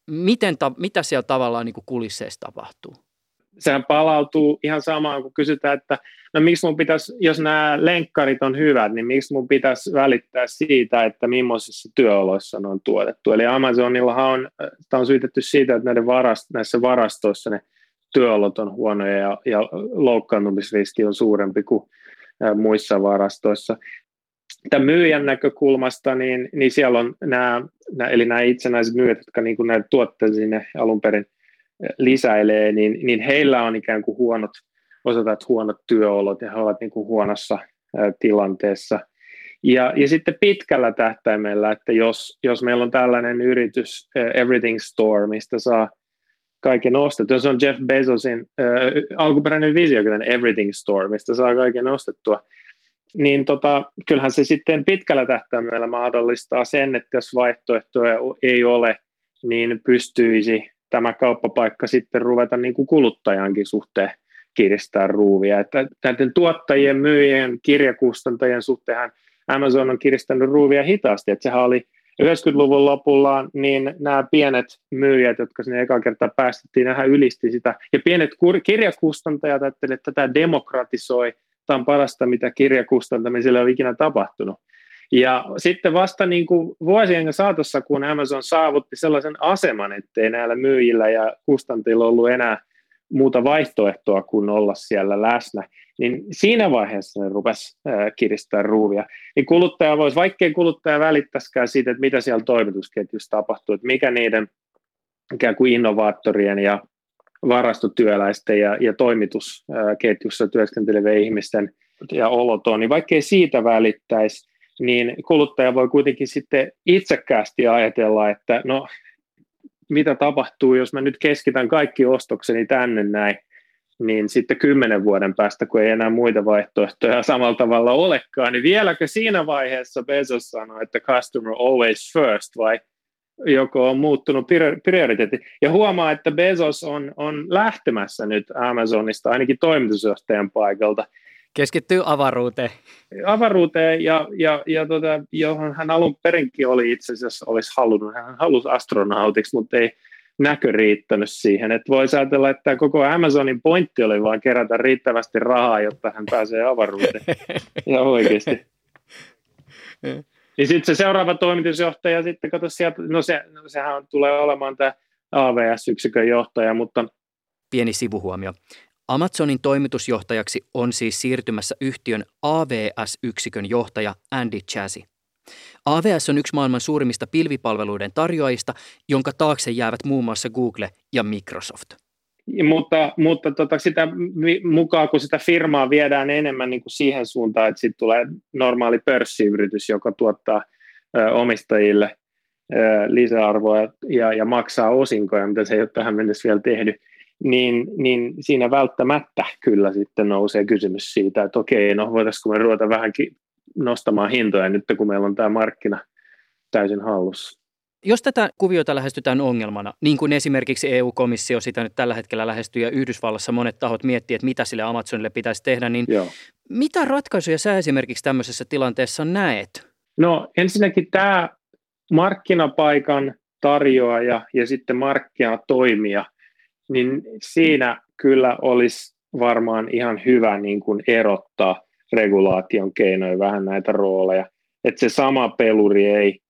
mitä siellä tavallaan niin kuin kulisseissa tapahtuu? Sehän palautuu ihan samaan, kun kysytään, että no miksi mun pitäisi, jos nämä lenkkarit on hyvät, niin miksi mun pitäisi välittää siitä, että millaisissa työoloissa ne on tuotettu. Eli Amazonillahan on syytetty siitä, että näissä varastoissa ne työolot on huonoja ja loukkaantumisriski on suurempi kuin muissa varastoissa. Tämän myyjän näkökulmasta, niin siellä on nämä itsenäiset myyjät, jotka niin kuin näitä tuotteita sinne alun perin lisäilee, niin heillä on ikään kuin huonot työolot ja he ovat niin kuin huonossa tilanteessa. Ja sitten pitkällä tähtäimellä, että jos meillä on tällainen yritys, Everything Store, mistä saa kaiken ostettua, se on Jeff Bezosin alkuperäinen visio, Everything Store, mistä saa kaiken ostettua, niin kyllähän se sitten pitkällä tähtäimellä mahdollistaa sen, että jos vaihtoehtoja ei ole, niin pystyisi tämä kauppapaikka sitten ruveta niin kuin kuluttajankin suhteen kiristää ruuvia. Että näiden tuottajien, myyjien, kirjakustantajien suhteenhan Amazon on kiristänyt ruuvia hitaasti, että sehän oli 90-luvun lopulla, niin nämä pienet myyjät, jotka sinne eka kertaa päästettiin, nehän ylisti sitä. Ja pienet kirjakustantajat ajattelivat, että tätä demokratisoi, tämä on parasta, mitä kirjakustantamiselle on ikinä tapahtunut. Ja sitten vasta niin kuin vuosien saatossa, kun Amazon saavutti sellaisen aseman, ettei näillä myyjillä ja kustantajilla ollut enää muuta vaihtoehtoa kuin olla siellä läsnä, niin siinä vaiheessa ne rupesi kiristää ruuvia. Niin kuluttaja voisi, vaikkei kuluttaja välittäisikään siitä, että mitä siellä toimitusketjussa tapahtuu, että mikä niiden ikään kuin innovaattorien ja varastotyöläisten ja toimitusketjussa työskentelevien ihmisten ja olot on, niin vaikkei siitä välittäisi, niin kuluttaja voi kuitenkin sitten itsekkäästi ajatella, että no, mitä tapahtuu, jos mä nyt keskitän kaikki ostokseni tänne näin, niin sitten 10 vuoden päästä, kun ei enää muita vaihtoehtoja samalla tavalla olekaan, niin vieläkö siinä vaiheessa Bezos sanoi, että customer always first, vai joko on muuttunut prioriteetti. Ja huomaa, että Bezos on lähtemässä nyt Amazonista, ainakin toimitusjohtajan paikalta. Keskittyy avaruuteen. Avaruuteen, johon hän alun perinkin oli itse asiassa olisi halunnut. Hän halusi astronautiksi, mutta ei näkö riittänyt siihen. Että voisi ajatella, että koko Amazonin pointti oli vain kerätä riittävästi rahaa, jotta hän pääsee avaruuteen. Ja oikeasti. Niin sitten se seuraava toimitusjohtaja, sitten kato sieltä, sehän tulee olemaan tämä AWS-yksikön johtaja, mutta... Pieni sivuhuomio. Amazonin toimitusjohtajaksi on siis siirtymässä yhtiön AWS-yksikön johtaja Andy Jassy. AWS on yksi maailman suurimmista pilvipalveluiden tarjoajista, jonka taakse jäävät muun muassa Google ja Microsoft. Mutta sitä mukaan, kun sitä firmaa viedään enemmän niin kuin siihen suuntaan, että sitten tulee normaali pörssiyritys, joka tuottaa omistajille lisäarvoa ja maksaa osinkoja, mitä se ei ole tähän mennessä vielä tehnyt, niin siinä välttämättä kyllä sitten nousee kysymys siitä, että okei, no voitaisiinko me ruveta vähän nostamaan hintoja nyt, kun meillä on tämä markkina täysin hallussa. Jos tätä kuviota lähestytään ongelmana, niin kuin esimerkiksi EU-komissio sitä nyt tällä hetkellä lähestyy ja Yhdysvallassa monet tahot miettii, että mitä sille Amazonille pitäisi tehdä, niin mitä ratkaisuja sä esimerkiksi tämmöisessä tilanteessa näet? No ensinnäkin tämä markkinapaikan tarjoaja ja sitten markkinatoimija, niin siinä kyllä olisi varmaan ihan hyvä niin kuin erottaa regulaation keinoin vähän näitä rooleja, että se sama peluri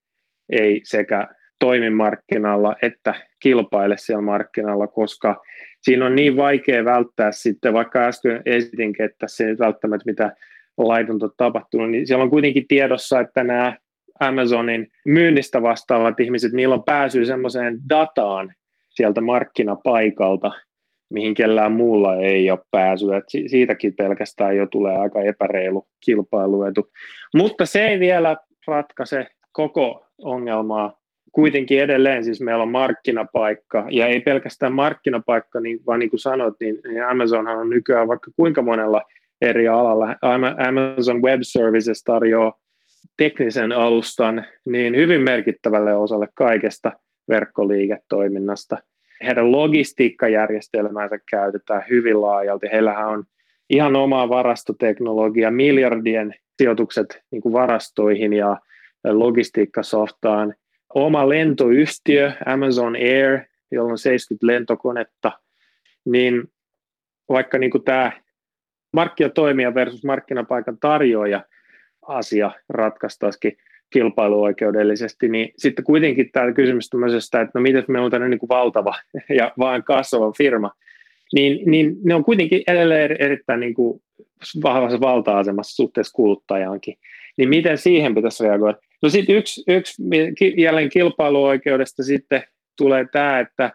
ei sekä toimi markkinalla että kilpaile siellä markkinalla, koska siinä on niin vaikea välttää sitten, vaikka äsken esitinkin, että tässä ei nyt välttämättä mitään laitonta tapahtunut, niin siellä on kuitenkin tiedossa, että nämä Amazonin myynnistä vastaavat ihmiset, niillä on pääsy semmoiseen dataan sieltä markkinapaikalta, mihin kellään muulla ei ole pääsyä. Siitäkin pelkästään jo tulee aika epäreilu kilpailuetu. Mutta se ei vielä ratkaise koko ongelmaa. Kuitenkin edelleen siis meillä on markkinapaikka, ja ei pelkästään markkinapaikka, vaan niin kuin sanoit, niin Amazonhan on nykyään vaikka kuinka monella eri alalla. Amazon Web Services tarjoaa teknisen alustan niin hyvin merkittävälle osalle kaikesta verkkoliiketoiminnasta. Heidän logistiikkajärjestelmäänsä käytetään hyvin laajalti. Heillähän on ihan omaa varastoteknologiaa, miljardien sijoitukset niin kuin varastoihin ja logistiikkasoftaan. Oma lentoyhtiö, Amazon Air, jolla on 70 lentokonetta, niin vaikka niin kuin tämä markkinatoimija versus markkinapaikan tarjoaja asia ratkaistaisikin kilpailuoikeudellisesti, niin sitten kuitenkin tämä kysymys tämmöisestä, että no miten meillä on tämmöinen niin kuin valtava ja vaan kasvava firma, niin ne on kuitenkin edelleen erittäin niin kuin vahvassa valta-asemassa suhteessa kuluttajaankin. Niin miten siihen pitäisi reagoida? No sitten yksi jälleen kilpailuoikeudesta sitten tulee tämä, että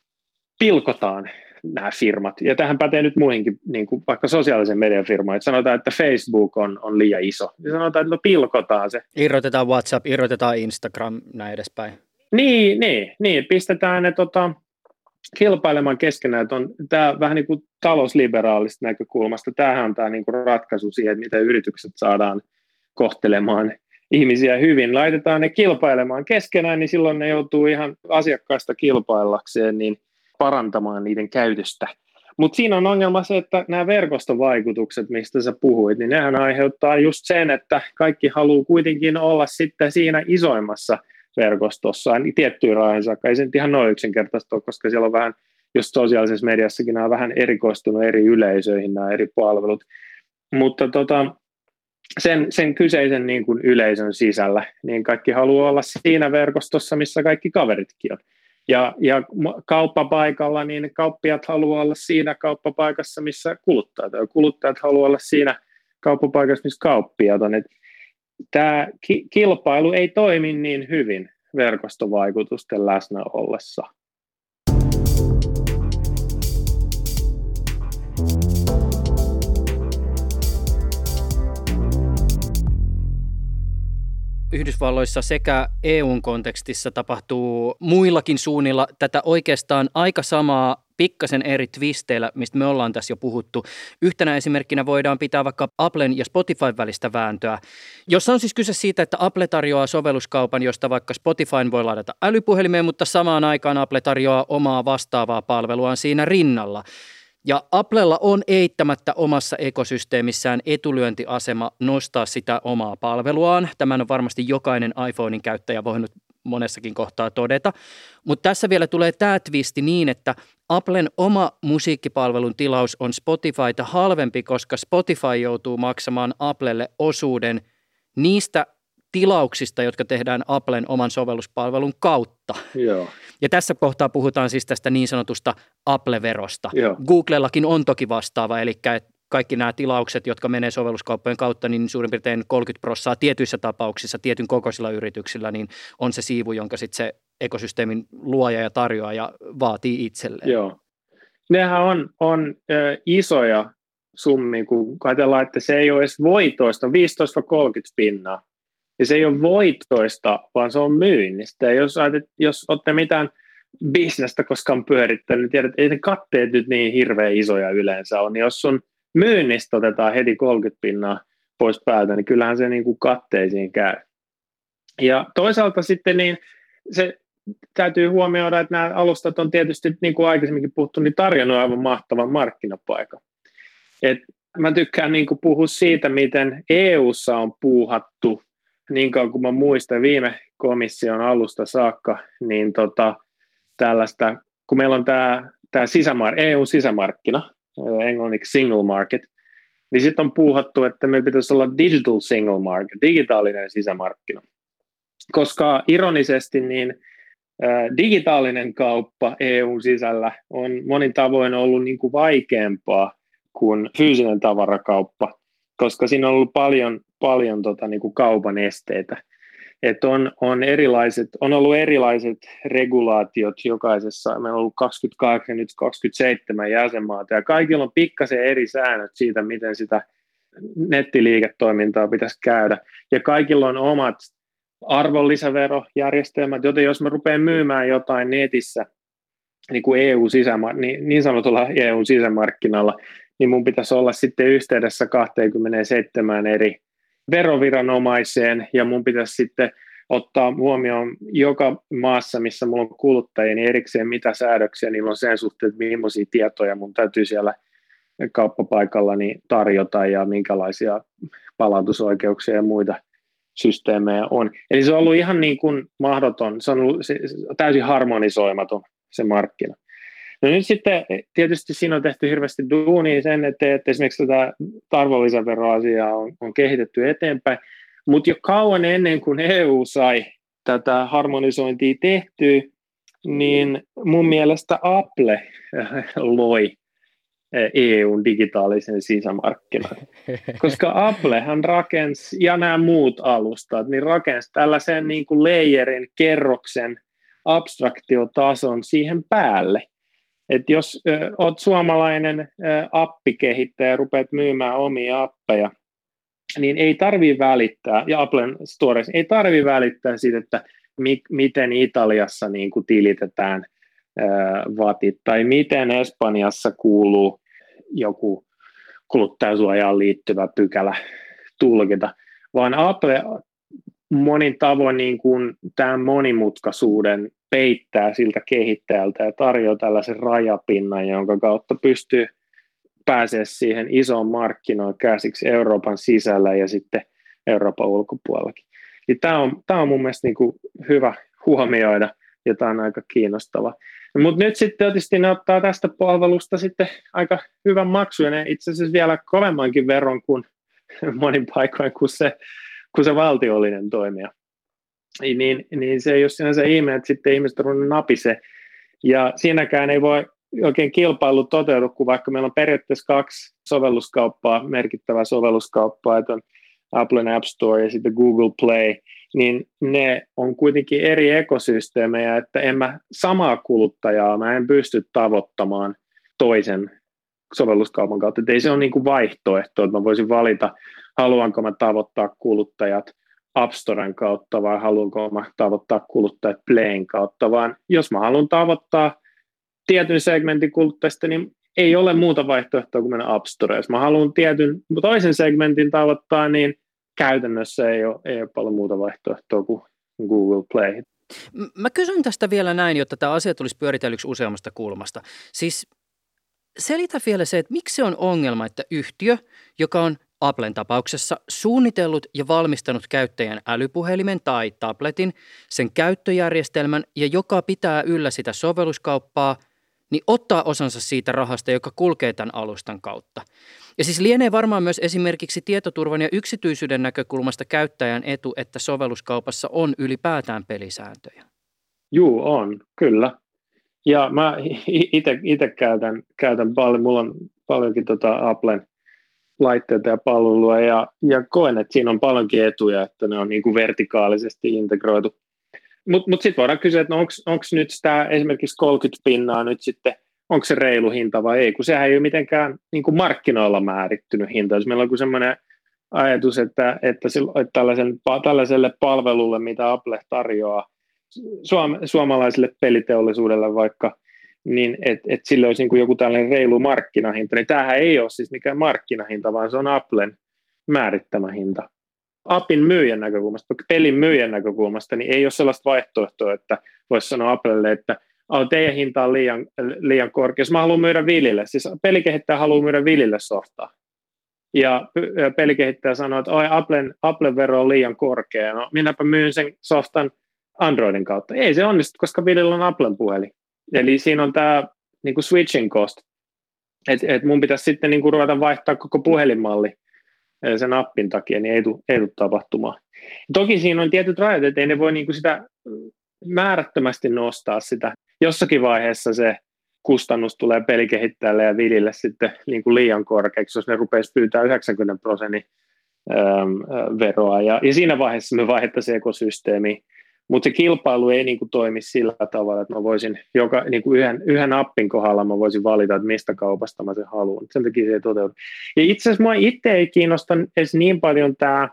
pilkotaan nämä firmat. Ja tähän pätee nyt muihinkin, niin kuin vaikka sosiaalisen median firmoihin. Sanotaan, että Facebook on liian iso. Ja sanotaan, että no pilkotaan se. Irrotetaan WhatsApp, irrotetaan Instagram, näin edespäin. Niin. Pistetään ne kilpailemaan keskenään. Tämä vähän niin kuin talousliberaalista näkökulmasta. Tämähän on tämä niin kuin ratkaisu siihen, että miten yritykset saadaan kohtelemaan ihmisiä hyvin. Laitetaan ne kilpailemaan keskenään, niin silloin ne joutuu ihan asiakkaista kilpaillakseen, niin parantamaan niiden käytöstä. Mutta siinä on ongelma se, että nämä verkostovaikutukset, mistä sä puhuit, niin nehän aiheuttaa just sen, että kaikki haluaa kuitenkin olla sitten siinä isoimmassa verkostossa, niin tiettyyn rajan saakka. Ei se nyt ihan noin yksinkertaista ole, koska siellä on vähän, just sosiaalisessa mediassakin nämä on vähän erikoistunut eri yleisöihin nämä eri palvelut. Mutta sen kyseisen niin kuin yleisön sisällä, niin kaikki haluaa olla siinä verkostossa, missä kaikki kaveritkin on. Ja kauppapaikalla, niin kauppiat haluaa olla siinä kauppapaikassa, missä kuluttajat on. Kuluttajat haluaa olla siinä kauppapaikassa, missä kauppiat on. Tämä kilpailu ei toimi niin hyvin verkostovaikutusten läsnä ollessa. Yhdysvalloissa sekä EUn kontekstissa tapahtuu muillakin suunnilla tätä oikeastaan aika samaa pikkasen eri twisteillä, mistä me ollaan tässä jo puhuttu. Yhtenä esimerkkinä voidaan pitää vaikka Applen ja Spotifyn välistä vääntöä, jossa on siis kyse siitä, että Apple tarjoaa sovelluskaupan, josta vaikka Spotifyn voi ladata älypuhelimeen, mutta samaan aikaan Apple tarjoaa omaa vastaavaa palveluaan siinä rinnalla. Ja Applella on eittämättä omassa ekosysteemissään etulyöntiasema nostaa sitä omaa palveluaan. Tämän on varmasti jokainen iPhonein käyttäjä voinut monessakin kohtaa todeta. Mutta tässä vielä tulee tämä twisti niin, että Applen oma musiikkipalvelun tilaus on Spotifyta halvempi, koska Spotify joutuu maksamaan Applelle osuuden niistä tilauksista, jotka tehdään Applen oman sovelluspalvelun kautta. Joo. Ja tässä kohtaa puhutaan siis tästä niin sanotusta Apple-verosta. Joo. Googlellakin on toki vastaava, eli kaikki nämä tilaukset, jotka menee sovelluskauppojen kautta, niin suurin piirtein 30% tietyissä tapauksissa, tietyn kokoisilla yrityksillä, niin on se siivu, jonka sitten se ekosysteemin luoja ja tarjoaja vaatii itselleen. Joo. Nehän on isoja summia, kun ajatellaan, että se ei ole edes voitoista, 15-30 pinnaa. Ja se ei ole voitoista, vaan se on myynnistä. Ja jos olette mitään bisnestä koskaan pyörittänyt, niin tiedät, että ei ne katteet nyt niin hirveän isoja yleensä on. Niin jos sun myynnistä otetaan heti 30 pinnaa pois päältä, niin kyllähän se niin kuin katteisiin käy. Ja toisaalta sitten niin se täytyy huomioida, että nämä alustat on tietysti, niin kuin aikaisemminkin puhuttu, niin tarjonnut aivan mahtavan markkinapaikan. Et mä tykkään niin kuin puhua siitä, miten EU:ssa on puuhattu niin kauan kuin mä muistan viime komission alusta saakka, niin tällaista, kun meillä on tämä EU-sisämarkkina, englanniksi single market, niin sitten on puuhattu, että meillä pitäisi olla digital single market, digitaalinen sisämarkkina. Koska ironisesti niin digitaalinen kauppa EUn sisällä on monin tavoin ollut niin kuin vaikeampaa kuin fyysinen tavarakauppa, koska siinä on ollut paljon niin kuin kaupan esteitä. Että on ollut erilaiset regulaatiot jokaisessa. Meillä on ollut 28, nyt 27 jäsenmaata, ja kaikilla on pikkasen eri säännöt siitä, miten sitä nettiliiketoimintaa pitäisi käydä. Ja kaikilla on omat arvonlisäverojärjestelmät, joten jos mä rupean myymään jotain netissä niin kuin niin sanotulla EU-sisämarkkinalla, niin mun pitäisi olla sitten yhteydessä 27 eri veroviranomaiseen, ja mun pitäisi sitten ottaa huomioon joka maassa, missä mulla on kuluttajia, niin erikseen mitä säädöksiä niillä on sen suhteen, että millaisia tietoja mun täytyy siellä kauppapaikalla niin tarjota ja minkälaisia palautusoikeuksia ja muita systeemejä on. Eli se on ollut ihan niin kuin mahdoton, se on ollut täysin harmonisoimaton se markkina. No nyt sitten tietysti siinä on tehty hirveästi duunia sen eteen, että esimerkiksi tätä arvonlisäveroasiaa on kehitetty eteenpäin, mutta jo kauan ennen kuin EU sai tätä harmonisointia tehtyä, niin mun mielestä Apple loi EUn digitaalisen sisämarkkinan. Koska Applehan rakensi, ja nämä muut alustat, niin rakensi tällaisen niin kuin layerin, kerroksen, abstraktiotason siihen päälle. Että jos olet suomalainen appikehittäjä ja rupeat myymään omia appeja, niin ei tarvitse välittää, ja Applen Stores ei tarvitse välittää siitä, että miten Italiassa niin kuin tilitetään vatit, tai miten Espanjassa kuuluu joku kuluttajasuojaan liittyvä pykälä tulkita, vaan Apple monin tavoin niin kuin tämän monimutkaisuuden peittää siltä kehittäjältä ja tarjoaa tällaisen rajapinnan, jonka kautta pystyy pääsee siihen isoon markkinoon käsiksi Euroopan sisällä ja sitten Euroopan ulkopuolellakin. Tämä on mun mielestä niin kuin hyvä huomioida ja tämä on aika kiinnostava. Mutta nyt sitten tietysti ne ottaa tästä palvelusta sitten aika hyvän maksun ja ne itse asiassa vielä kovemmankin veron kuin monin paikoin kuin se valtiollinen toimija. Niin se ei ole sinänsä ihme, että sitten ihmiset on napisee. Ja siinäkään ei voi oikein kilpailu toteudu, kun vaikka meillä on periaatteessa 2 sovelluskauppaa, merkittävää sovelluskauppaa, että on Applen App Store ja sitten Google Play, niin ne on kuitenkin eri ekosysteemejä, että samaa kuluttajaa mä en pysty tavoittamaan toisen sovelluskaupan kautta. Että ei se ole niin kuin vaihtoehto, että mä voisin valita, haluanko mä tavoittaa kuluttajat App Storen kautta vai haluanko mä tavoittaa kuluttajat Playn kautta, vaan jos mä haluan tavoittaa tietyn segmentin kuluttajista, niin ei ole muuta vaihtoehtoa kuin mennä App Storeen. Jos mä haluan tietyn toisen segmentin tavoittaa, niin käytännössä ei ole paljon muuta vaihtoehtoa kuin Google Play. Mä kysyn tästä vielä näin, jotta tämä asia tulisi pyöritellyksi useammasta kulmasta. Siis selitä vielä se, että miksi se on ongelma, että yhtiö, joka on Applen tapauksessa suunnitellut ja valmistanut käyttäjän älypuhelimen tai tabletin, sen käyttöjärjestelmän ja joka pitää yllä sitä sovelluskauppaa, niin ottaa osansa siitä rahasta, joka kulkee tämän alustan kautta. Ja siis lienee varmaan myös esimerkiksi tietoturvan ja yksityisyyden näkökulmasta käyttäjän etu, että sovelluskaupassa on ylipäätään pelisääntöjä. Juu, on, kyllä. Ja mä itse käytän paljon, mulla on paljonkin Applen laitteita ja palvelua ja koen, että siinä on paljonkin etuja, että ne on niin kuin vertikaalisesti integroitu. Mutta sitten voidaan kysyä, että onko nyt tämä esimerkiksi 30 pinnaa nyt sitten, onko se reilu hinta vai ei, kun sehän ei ole mitenkään niin kuin markkinoilla määrittynyt hinta. Jos meillä on semmoinen ajatus, että tällaiselle palvelulle, mitä Apple tarjoaa suomalaiselle peliteollisuudelle vaikka, niin että sille olisi niin kuin joku tällainen reilu markkinahinta, niin tämähän ei ole siis mikään markkinahinta, vaan se on Applen määrittämä hinta. Appin myyjän näkökulmasta, pelin myyjän näkökulmasta, niin ei ole sellaista vaihtoehtoa, että voisi sanoa Applelle, että teidän hinta on liian korkea. Jos mä haluan myydä Vilille, siis pelikehittäjä haluaa myydä Vilille softaa, ja pelikehittäjä sanoo, että Applen vero on liian korkea, no minäpä myyn sen softan Androidin kautta. Ei se onnistu, koska Vilillä on Applen puhelin. Eli siinä on tämä niin kuin switching cost, että mun pitäisi sitten niin kuin ruveta vaihtaa koko puhelinmalli sen appin takia, niin ei tule tapahtumaan. Toki siinä on tietyt rajat, että ei ne voi niin kuin sitä määrättömästi nostaa sitä. Jossakin vaiheessa se kustannus tulee pelikehittäjälle ja Vilille sitten niin kuin liian korkeaksi, jos ne rupeaisi pyytää 90% veroa. Ja siinä vaiheessa me vaihdettaisiin ekosysteemiin. Mutta se kilpailu ei niin kuin toimi sillä tavalla, että mä voisin niin kuin yhden appin kohdalla mä voisin valita, että mistä kaupasta mä sen haluan. Sen takia se ei toteudu. Ja itse asiassa mua itse ei kiinnosta edes niin paljon tämä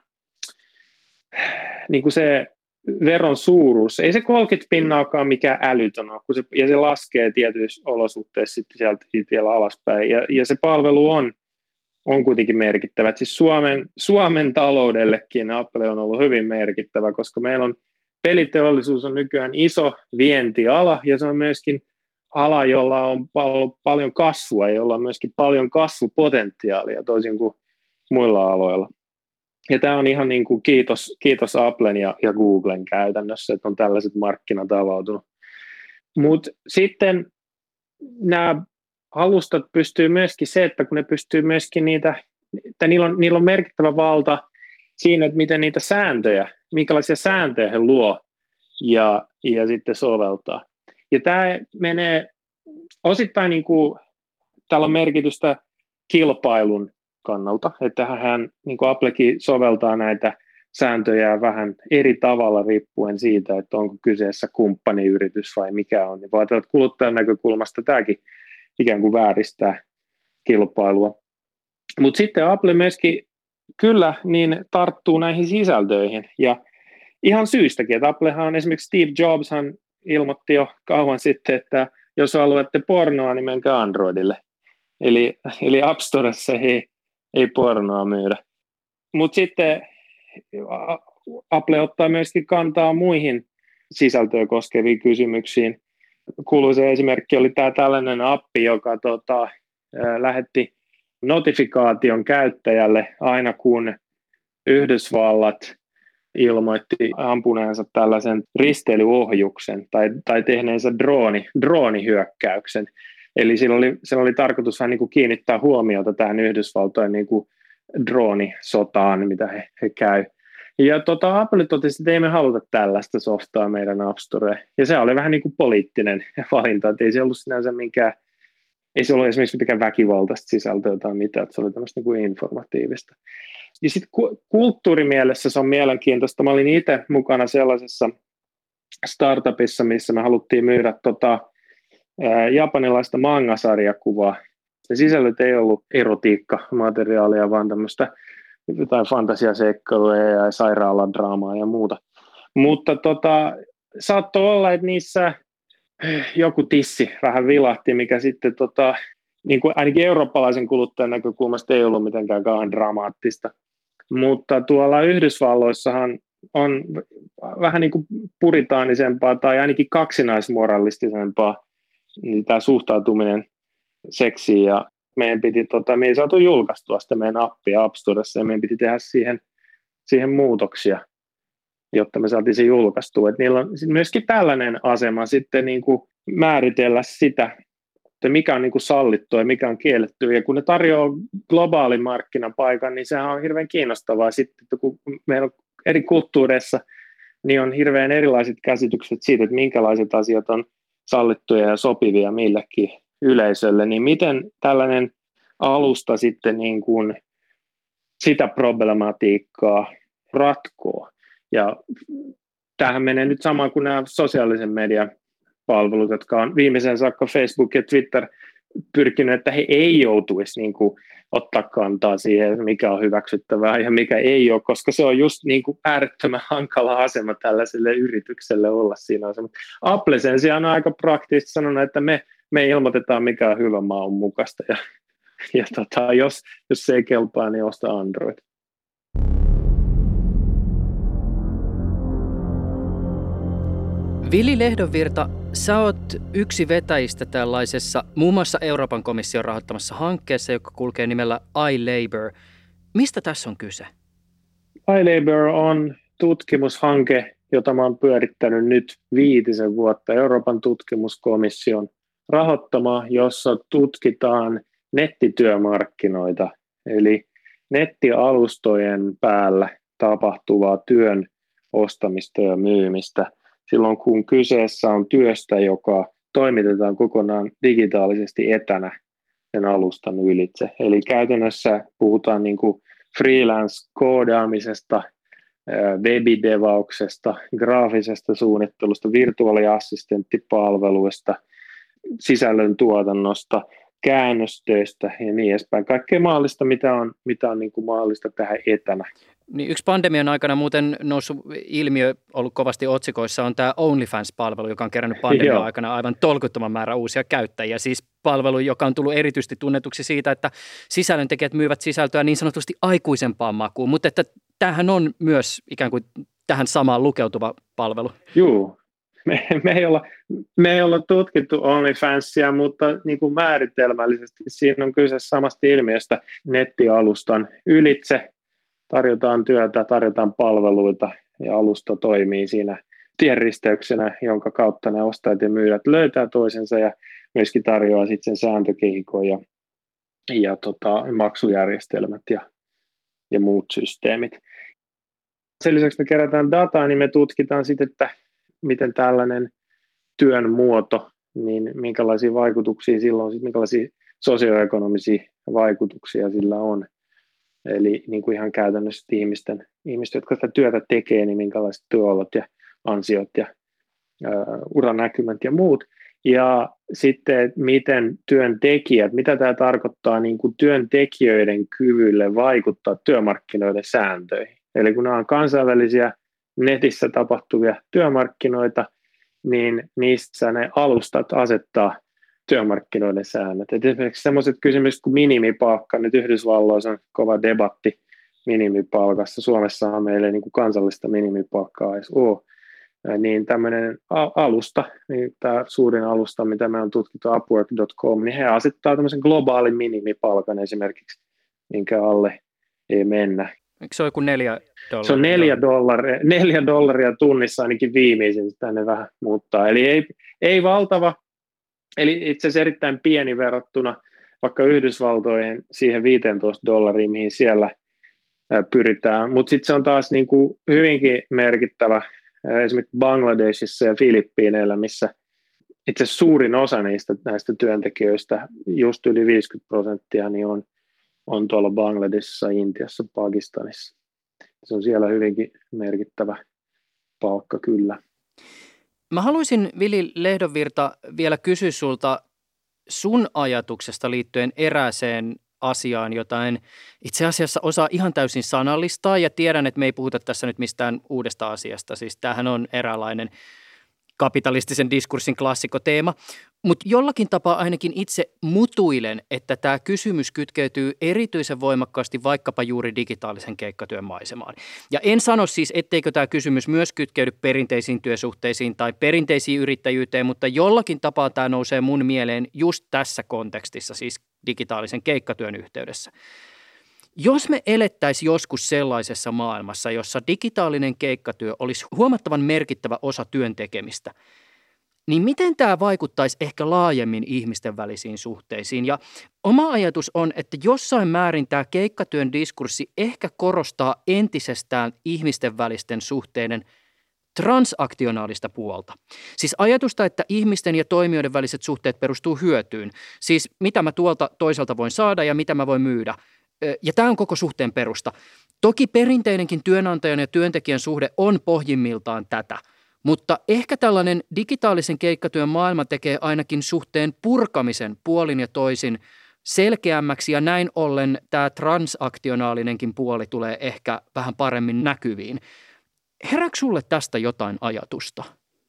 niin kuin se veron suuruus. Ei se 30 pinnaakaan mikään älytön ole, ja se laskee tietyissä olosuhteissa sitten sieltä vielä alaspäin. Ja se palvelu on kuitenkin merkittävä. Siis Suomen taloudellekin Apple on ollut hyvin merkittävä, koska meillä on peliteollisuus on nykyään iso vientiala ja se on myöskin ala, jolla on paljon kasvua ja jolla on myöskin paljon kasvupotentiaalia toisin kuin muilla aloilla. Ja tämä on ihan niin kuin kiitos Applen ja Googlen käytännössä, että on tällaiset markkinat avautunut. Mutta sitten nämä alustat pystyy myöskin se, että kun ne pystyy myöskin niillä on merkittävä valta siinä, että miten niitä sääntöjä, minkälaisia sääntöjä he luo ja sitten soveltaa. Ja tämä menee osittain, niin kuin, täällä on merkitystä kilpailun kannalta, että hän, niin kuin Applekin soveltaa näitä sääntöjä vähän eri tavalla riippuen siitä, että onko kyseessä kumppaniyritys vai mikä on. Niin voi ajatella, että kuluttajan näkökulmasta tämäkin ikään kuin vääristää kilpailua. Mutta sitten Apple myöskin kyllä niin tarttuu näihin sisältöihin ja ihan syystäkin, että Applehan on esimerkiksi Steve Jobshan ilmoitti jo kauan sitten, että jos haluatte pornoa, niin menkää Androidille. Eli App Storessa ei pornoa myydä. Mutta sitten Apple ottaa myöskin kantaa muihin sisältöä koskeviin kysymyksiin. Kuuluisa esimerkki oli tämä tällainen appi, joka lähetti notifikaation käyttäjälle aina kun Yhdysvallat ilmoitti ampuneensa tällaisen risteilyohjuksen tai tehneensä droonihyökkäyksen. Eli se oli tarkoitus vähän niin kuin kiinnittää huomiota tähän Yhdysvaltojen niin kuin droonisotaan, mitä he käy. Ja Apple totesi, että ei me haluta tällaista softaa meidän App Storeen. Ja se oli vähän niin kuin poliittinen valinta, että ei se ollut sinänsä ei se ollut esimerkiksi mitenkään väkivaltaista sisältöä tai mitään, että se oli tämmöistä niin kuin informatiivista. Ja sitten kulttuurimielessä se on mielenkiintoista. Mä olin itse mukana sellaisessa startupissa, missä me haluttiin myydä japanilaista manga-sarjakuvaa. Se sisällöt ei ollut erotiikka-materiaalia, vaan tämmöistä jotain fantasiaseikkailua ja sairaaladraamaa ja muuta. Mutta saattoi olla, että niissä joku tissi vähän vilahti, mikä sitten niin kuin ainakin eurooppalaisen kuluttajan näkökulmasta ei ollut mitenkään kauhean dramaattista. Mutta tuolla Yhdysvalloissahan on vähän niin kuin puritaanisempaa tai ainakin kaksinaismoralistisempaa niin tämä suhtautuminen seksiin. Ja meidän piti, me ei saatu julkaistua sitä meidän appia App Storessa ja meidän piti tehdä siihen muutoksia, jotta me saatiin se julkaistua. Et niillä on myöskin tällainen asema sitten niin kuin määritellä sitä, että mikä on niin kuin sallittua ja mikä on kiellettyä. Ja kun ne tarjoaa globaalin markkinapaikan, niin sehän on hirveän kiinnostavaa. Sitten, että kun meillä on eri kulttuureissa, niin on hirveän erilaiset käsitykset siitä, että minkälaiset asiat on sallittuja ja sopivia millekin yleisölle, niin miten tällainen alusta sitten niin kuin sitä problematiikkaa ratkoo. Ja tämähän menee nyt samaan kuin nämä sosiaalisen median palvelut, jotka on viimeisen saakka Facebook ja Twitter pyrkinyt, että he ei joutuisi niin kuin ottaa kantaa siihen, mikä on hyväksyttävää ja mikä ei ole, koska se on just niin kuin äärettömän hankala asema tällaiselle yritykselle olla siinä asemassa. Apple sen sijaan on aika praktisesti sanonut, että me ilmoitetaan, mikä on hyvä maun mukaista ja jos se ei kelpaa, niin osta Android. Vili Lehdonvirta, sä oot yksi vetäjistä tällaisessa muun muassa Euroopan komission rahoittamassa hankkeessa, joka kulkee nimellä iLabour. Mistä tässä on kyse? iLabour on tutkimushanke, jota mä oon pyörittänyt nyt 5 vuotta Euroopan tutkimuskomission rahoittama, jossa tutkitaan nettityömarkkinoita, eli nettialustojen päällä tapahtuvaa työn ostamista ja myymistä. Silloin kun kyseessä on työstä, joka toimitetaan kokonaan digitaalisesti etänä sen alustan ylitse. Eli käytännössä puhutaan niin kuin freelance-koodaamisesta, webidevauksesta, graafisesta suunnittelusta, virtuaaliassistenttipalveluista, sisällön tuotannosta, käännöstöistä ja niin edespäin. Kaikkea mahdollista, mitä on niin kuin mahdollista tehdä etänä. Niin yksi pandemian aikana muuten noussut ilmiö, ollut kovasti otsikoissa, on tämä OnlyFans-palvelu, joka on kerännyt pandemian aikana aivan tolkuttoman määrä uusia käyttäjiä. Siis palvelu, joka on tullut erityisesti tunnetuksi siitä, että sisällöntekijät myyvät sisältöä niin sanotusti aikuisempaan makuun, mutta että tämähän on myös ikään kuin tähän samaan lukeutuva palvelu. Joo. Me ei olla tutkittu OnlyFansia, mutta niin kuin määritelmällisesti siinä on kyse samasta ilmiöstä nettialustan ylitse. Tarjotaan työtä, tarjotaan palveluita ja alusta toimii siinä tienristeyksenä, jonka kautta ne ostajat ja myydät löytää toisensa ja myöskin tarjoaa sitten sen sääntökehikon ja maksujärjestelmät ja muut systeemit. Sen lisäksi me kerätään dataa, niin me tutkitaan sitten, että miten tällainen työn muoto, niin minkälaisia vaikutuksia sillä on, minkälaisia sosioekonomisia vaikutuksia sillä on. Eli niin kuin ihan käytännössä ihmiset, jotka sitä työtä tekee, niin minkälaiset työolot ja ansiot ja uranäkymät ja muut. Ja sitten, miten työntekijät, mitä tämä tarkoittaa niin kuin työntekijöiden kyvylle vaikuttaa työmarkkinoiden sääntöihin. Eli kun nämä on kansainvälisiä netissä tapahtuvia työmarkkinoita, niin niissä ne alustat asettaa työmarkkinoiden säännöt. Et esimerkiksi sellaiset kysymykset kuin minimipalkka, nyt Yhdysvalloissa on kova debatti minimipalkassa. Suomessahan meillä ei niin kuin kansallista minimipalkkaa edes ole. niin tämmöinen alusta, niin tämä suurin alusta, mitä me on tutkittu, Upwork.com, niin he asettaa tämmöisen globaalin minimipalkan esimerkiksi, minkä alle ei mennä. Eikö se ole joku $4? Se on $4 tunnissa ainakin viimeisin, tänne vähän muuttaa. Eli ei valtava, eli itse asiassa erittäin pieni verrattuna vaikka Yhdysvaltoihin siihen $15, mihin siellä pyritään. Mutta sitten se on taas niin kuin hyvinkin merkittävä esimerkiksi Bangladeshissa ja Filippiineillä, missä itse asiassa suurin osa näistä työntekijöistä, just yli 50%, niin on tuolla Bangladeshissa, Intiassa, Pakistanissa. Se on siellä hyvinkin merkittävä palkka kyllä. Mä haluaisin, Vili Lehdonvirta, vielä kysyä sulta sun ajatuksesta liittyen erääseen asiaan, jota en itse asiassa osaa ihan täysin sanallistaa, ja tiedän, että me ei puhuta tässä nyt mistään uudesta asiasta. Siis tämähän on eräänlainen kapitalistisen diskurssin klassikoteema, mutta jollakin tapaa ainakin itse mutuilen, että tämä kysymys kytkeytyy erityisen voimakkaasti vaikkapa juuri digitaalisen keikkatyön maisemaan. Ja en sano siis, etteikö tämä kysymys myös kytkeydy perinteisiin työsuhteisiin tai perinteisiin yrittäjyyteen, mutta jollakin tapaa tämä nousee mun mieleen just tässä kontekstissa, siis digitaalisen keikkatyön yhteydessä. Jos me elettäisiin joskus sellaisessa maailmassa, jossa digitaalinen keikkatyö olisi huomattavan merkittävä osa työn tekemistä, niin miten tämä vaikuttaisi ehkä laajemmin ihmisten välisiin suhteisiin? Ja oma ajatus on, että jossain määrin tämä keikkatyön diskurssi ehkä korostaa entisestään ihmisten välisten suhteiden transaktionaalista puolta. Siis ajatusta, että ihmisten ja toimijoiden väliset suhteet perustuu hyötyyn. Siis mitä mä tuolta toiselta voin saada ja mitä mä voin myydä. Ja tämä on koko suhteen perusta. Toki perinteinenkin työnantajan ja työntekijän suhde on pohjimmiltaan tätä, mutta ehkä tällainen digitaalisen keikkatyön maailma tekee ainakin suhteen purkamisen puolin ja toisin selkeämmäksi, ja näin ollen tämä transaktionaalinenkin puoli tulee ehkä vähän paremmin näkyviin. Herääkö sulle tästä jotain ajatusta?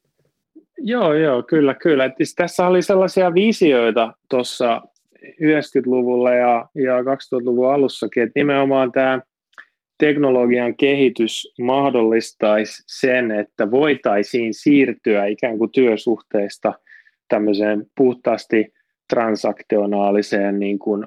Joo, kyllä. Tässä oli sellaisia visioita tuossa 90-luvulla ja 2000-luvun alussakin, että nimenomaan tämä teknologian kehitys mahdollistaisi sen, että voitaisiin siirtyä ikään kuin työsuhteista tämmöiseen puhtaasti transaktionaaliseen niin kuin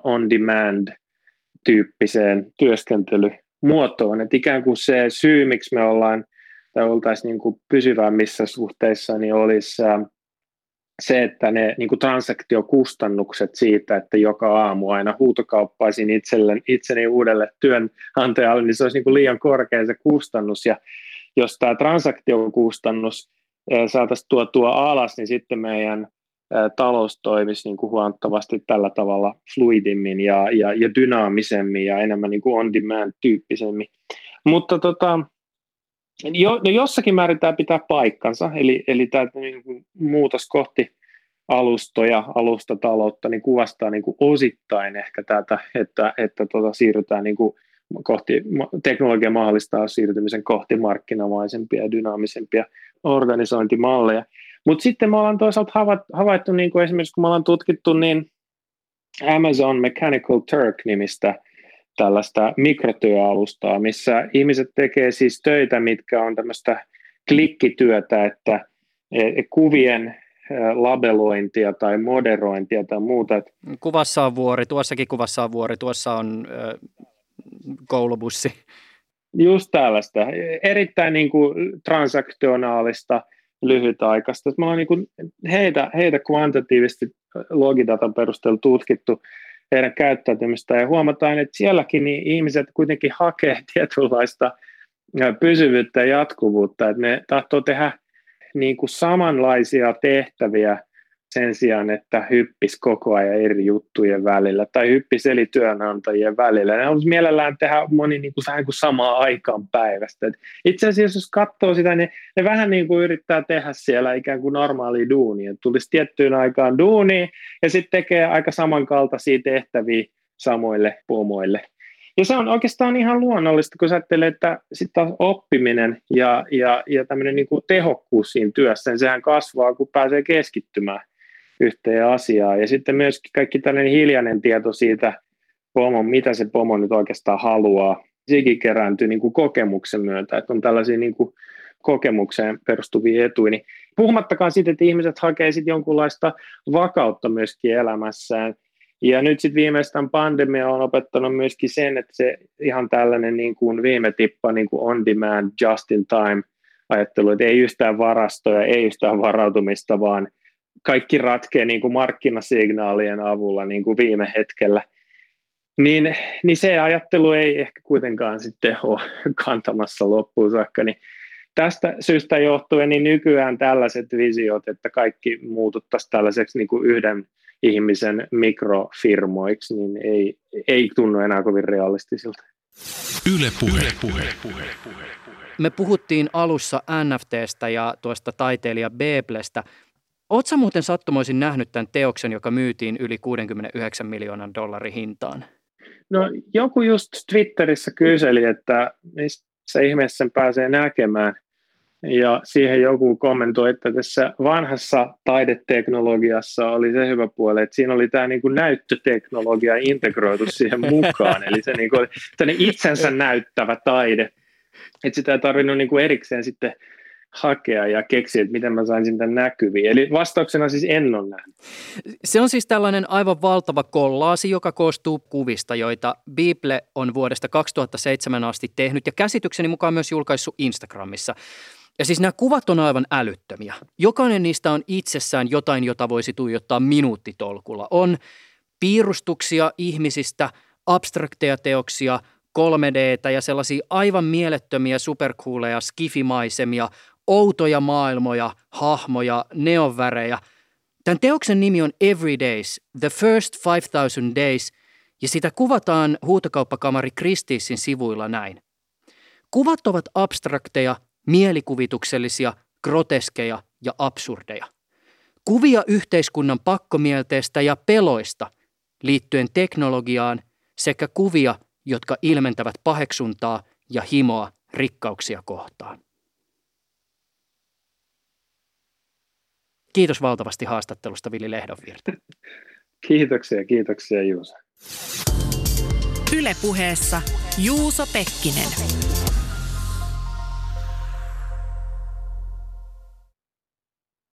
on-demand-tyyppiseen työskentelymuotoon. Että ikään kuin se syy, miksi me oltaisiin niin kuin pysyvämmissä suhteissa, niin olisi se, että ne niin kuin transaktiokustannukset siitä, että joka aamu aina huutokauppaisin itseni uudelle työnantajalle, niin se olisi niin kuin liian korkea se kustannus. Ja jos tämä transaktiokustannus saataisiin tuotua alas, niin sitten meidän talous toimisi niin kuin huomattavasti tällä tavalla fluidimmin ja dynaamisemmin ja enemmän niin kuin on-demand-tyyppisemmin. Mutta jossakin määrin tämä pitää paikkansa, eli tämä muutos kohti alustoja, alustataloutta niin kuvastaa niin kuin osittain ehkä tätä, että siirrytään niin kuin kohti, teknologia mahdollistaa siirtymisen kohti markkinamaisempia ja dynaamisempia organisointimalleja. Mutta sitten me ollaan toisaalta havaittu, niin kuin esimerkiksi kun me ollaan tutkittu, niin Amazon Mechanical Turk-nimistä tällaista mikrotyöalustaa, missä ihmiset tekee siis töitä, mitkä on tämmöistä klikkityötä, että kuvien labelointia tai moderointia tai muuta. Kuvassa on vuori, tuossakin kuvassa on vuori, tuossa on koulubussi. Just tällaista, erittäin niin kuin transaktionaalista, lyhytaikaista. Me ollaan niin kuin heitä kvantitatiivisesti logidatan perusteella tutkittu heidän käyttäytymistä ja huomataan, että sielläkin niin ihmiset kuitenkin hakee tietynlaista pysyvyyttä ja jatkuvuutta, että ne tahtoo tehdä niin kuin samanlaisia tehtäviä sen sijaan, että hyppisi koko ajan eri juttujen välillä tai hyppisi eri työnantajien välillä. Ne haluaisi mielellään tehdä moni niin kuin vähän kuin samaan aikaan päivästä. Et itse asiassa jos katsoo sitä, niin ne vähän niin kuin yrittää tehdä siellä ikään kuin normaalia duunia. Tulisi tiettyyn aikaan duunia ja sitten tekee aika samankaltaisia tehtäviä samoille pomoille. Ja se on oikeastaan ihan luonnollista, kun ajattelee, että sitten taas oppiminen ja tämmöinen niin kuin tehokkuus siinä työssä, niin sehän kasvaa, kun pääsee keskittymään yhteen asiaan. Ja sitten myös kaikki tällainen hiljainen tieto siitä, mitä se pomo nyt oikeastaan haluaa, sekin kerääntyy niin kuin kokemuksen myötä, että on tällaisia niin kuin kokemukseen perustuvia etuja. Niin puhumattakaan siitä, että ihmiset hakee sitten jonkunlaista vakautta myöskin elämässään. Ja nyt sitten viimeistään pandemia on opettanut myöskin sen, että se ihan tällainen niin kuin viime tippa niin kuin on demand, just in time ajattelu, että ei yhtään varastoja, ei yhtään varautumista, vaan kaikki ratkee niin kuin markkinasignaalien avulla niin kuin viime hetkellä. Niin se ajattelu ei ehkä kuitenkaan sitten ole kantamassa loppuun saakka. Niin tästä syystä johtuen niin nykyään tällaiset visiot, että kaikki muututtaisiin tällaiseksi niin kuin yhden ihmisen mikrofirmoiksi, niin ei tunnu enää kovin realistisilta. Yle Puhe. Me puhuttiin alussa NFTstä ja tuosta taiteilija Beeblestä. Ootko muuten sattumoisin nähnyt tämän teoksen, joka myytiin yli 69 miljoonan dollarin hintaan? No joku just Twitterissä kyseli, että missä ihmeessä sen pääsee näkemään. Ja siihen joku kommentoi, että tässä vanhassa taideteknologiassa oli se hyvä puoli, että siinä oli tämä niin kuin näyttöteknologia integroitu siihen mukaan. Eli se niin kuin oli itsensä näyttävä taide. Että sitä ei tarvinnut niin kuin erikseen sitten hakea ja keksiä, että miten mä sain sitä näkyviin. Eli vastauksena siis en ole nähnyt. Se on siis tällainen aivan valtava kollaasi, joka koostuu kuvista, joita Beeple on vuodesta 2007 asti tehnyt ja käsitykseni mukaan myös julkaissut Instagramissa. Ja siis nämä kuvat on aivan älyttömiä. Jokainen niistä on itsessään jotain, jota voisi tuijottaa minuuttitolkulla. On piirustuksia ihmisistä, abstrakteja teoksia, 3D:tä ja sellaisia aivan mielettömiä supercooleja skifimaisemia, outoja maailmoja, hahmoja, neonvärejä. Tämän teoksen nimi on Every Days, The First 5000 Days, ja sitä kuvataan huutokauppakamari Christiesin sivuilla näin. Kuvat ovat abstrakteja, mielikuvituksellisia, groteskeja ja absurdeja. Kuvia yhteiskunnan pakkomielteestä ja peloista liittyen teknologiaan sekä kuvia, jotka ilmentävät paheksuntaa ja himoa rikkauksia kohtaan. Kiitos valtavasti haastattelusta, Vili Lehdonvirta. Kiitoksia Juuso. Yle Puheessa Juuso Pekkinen.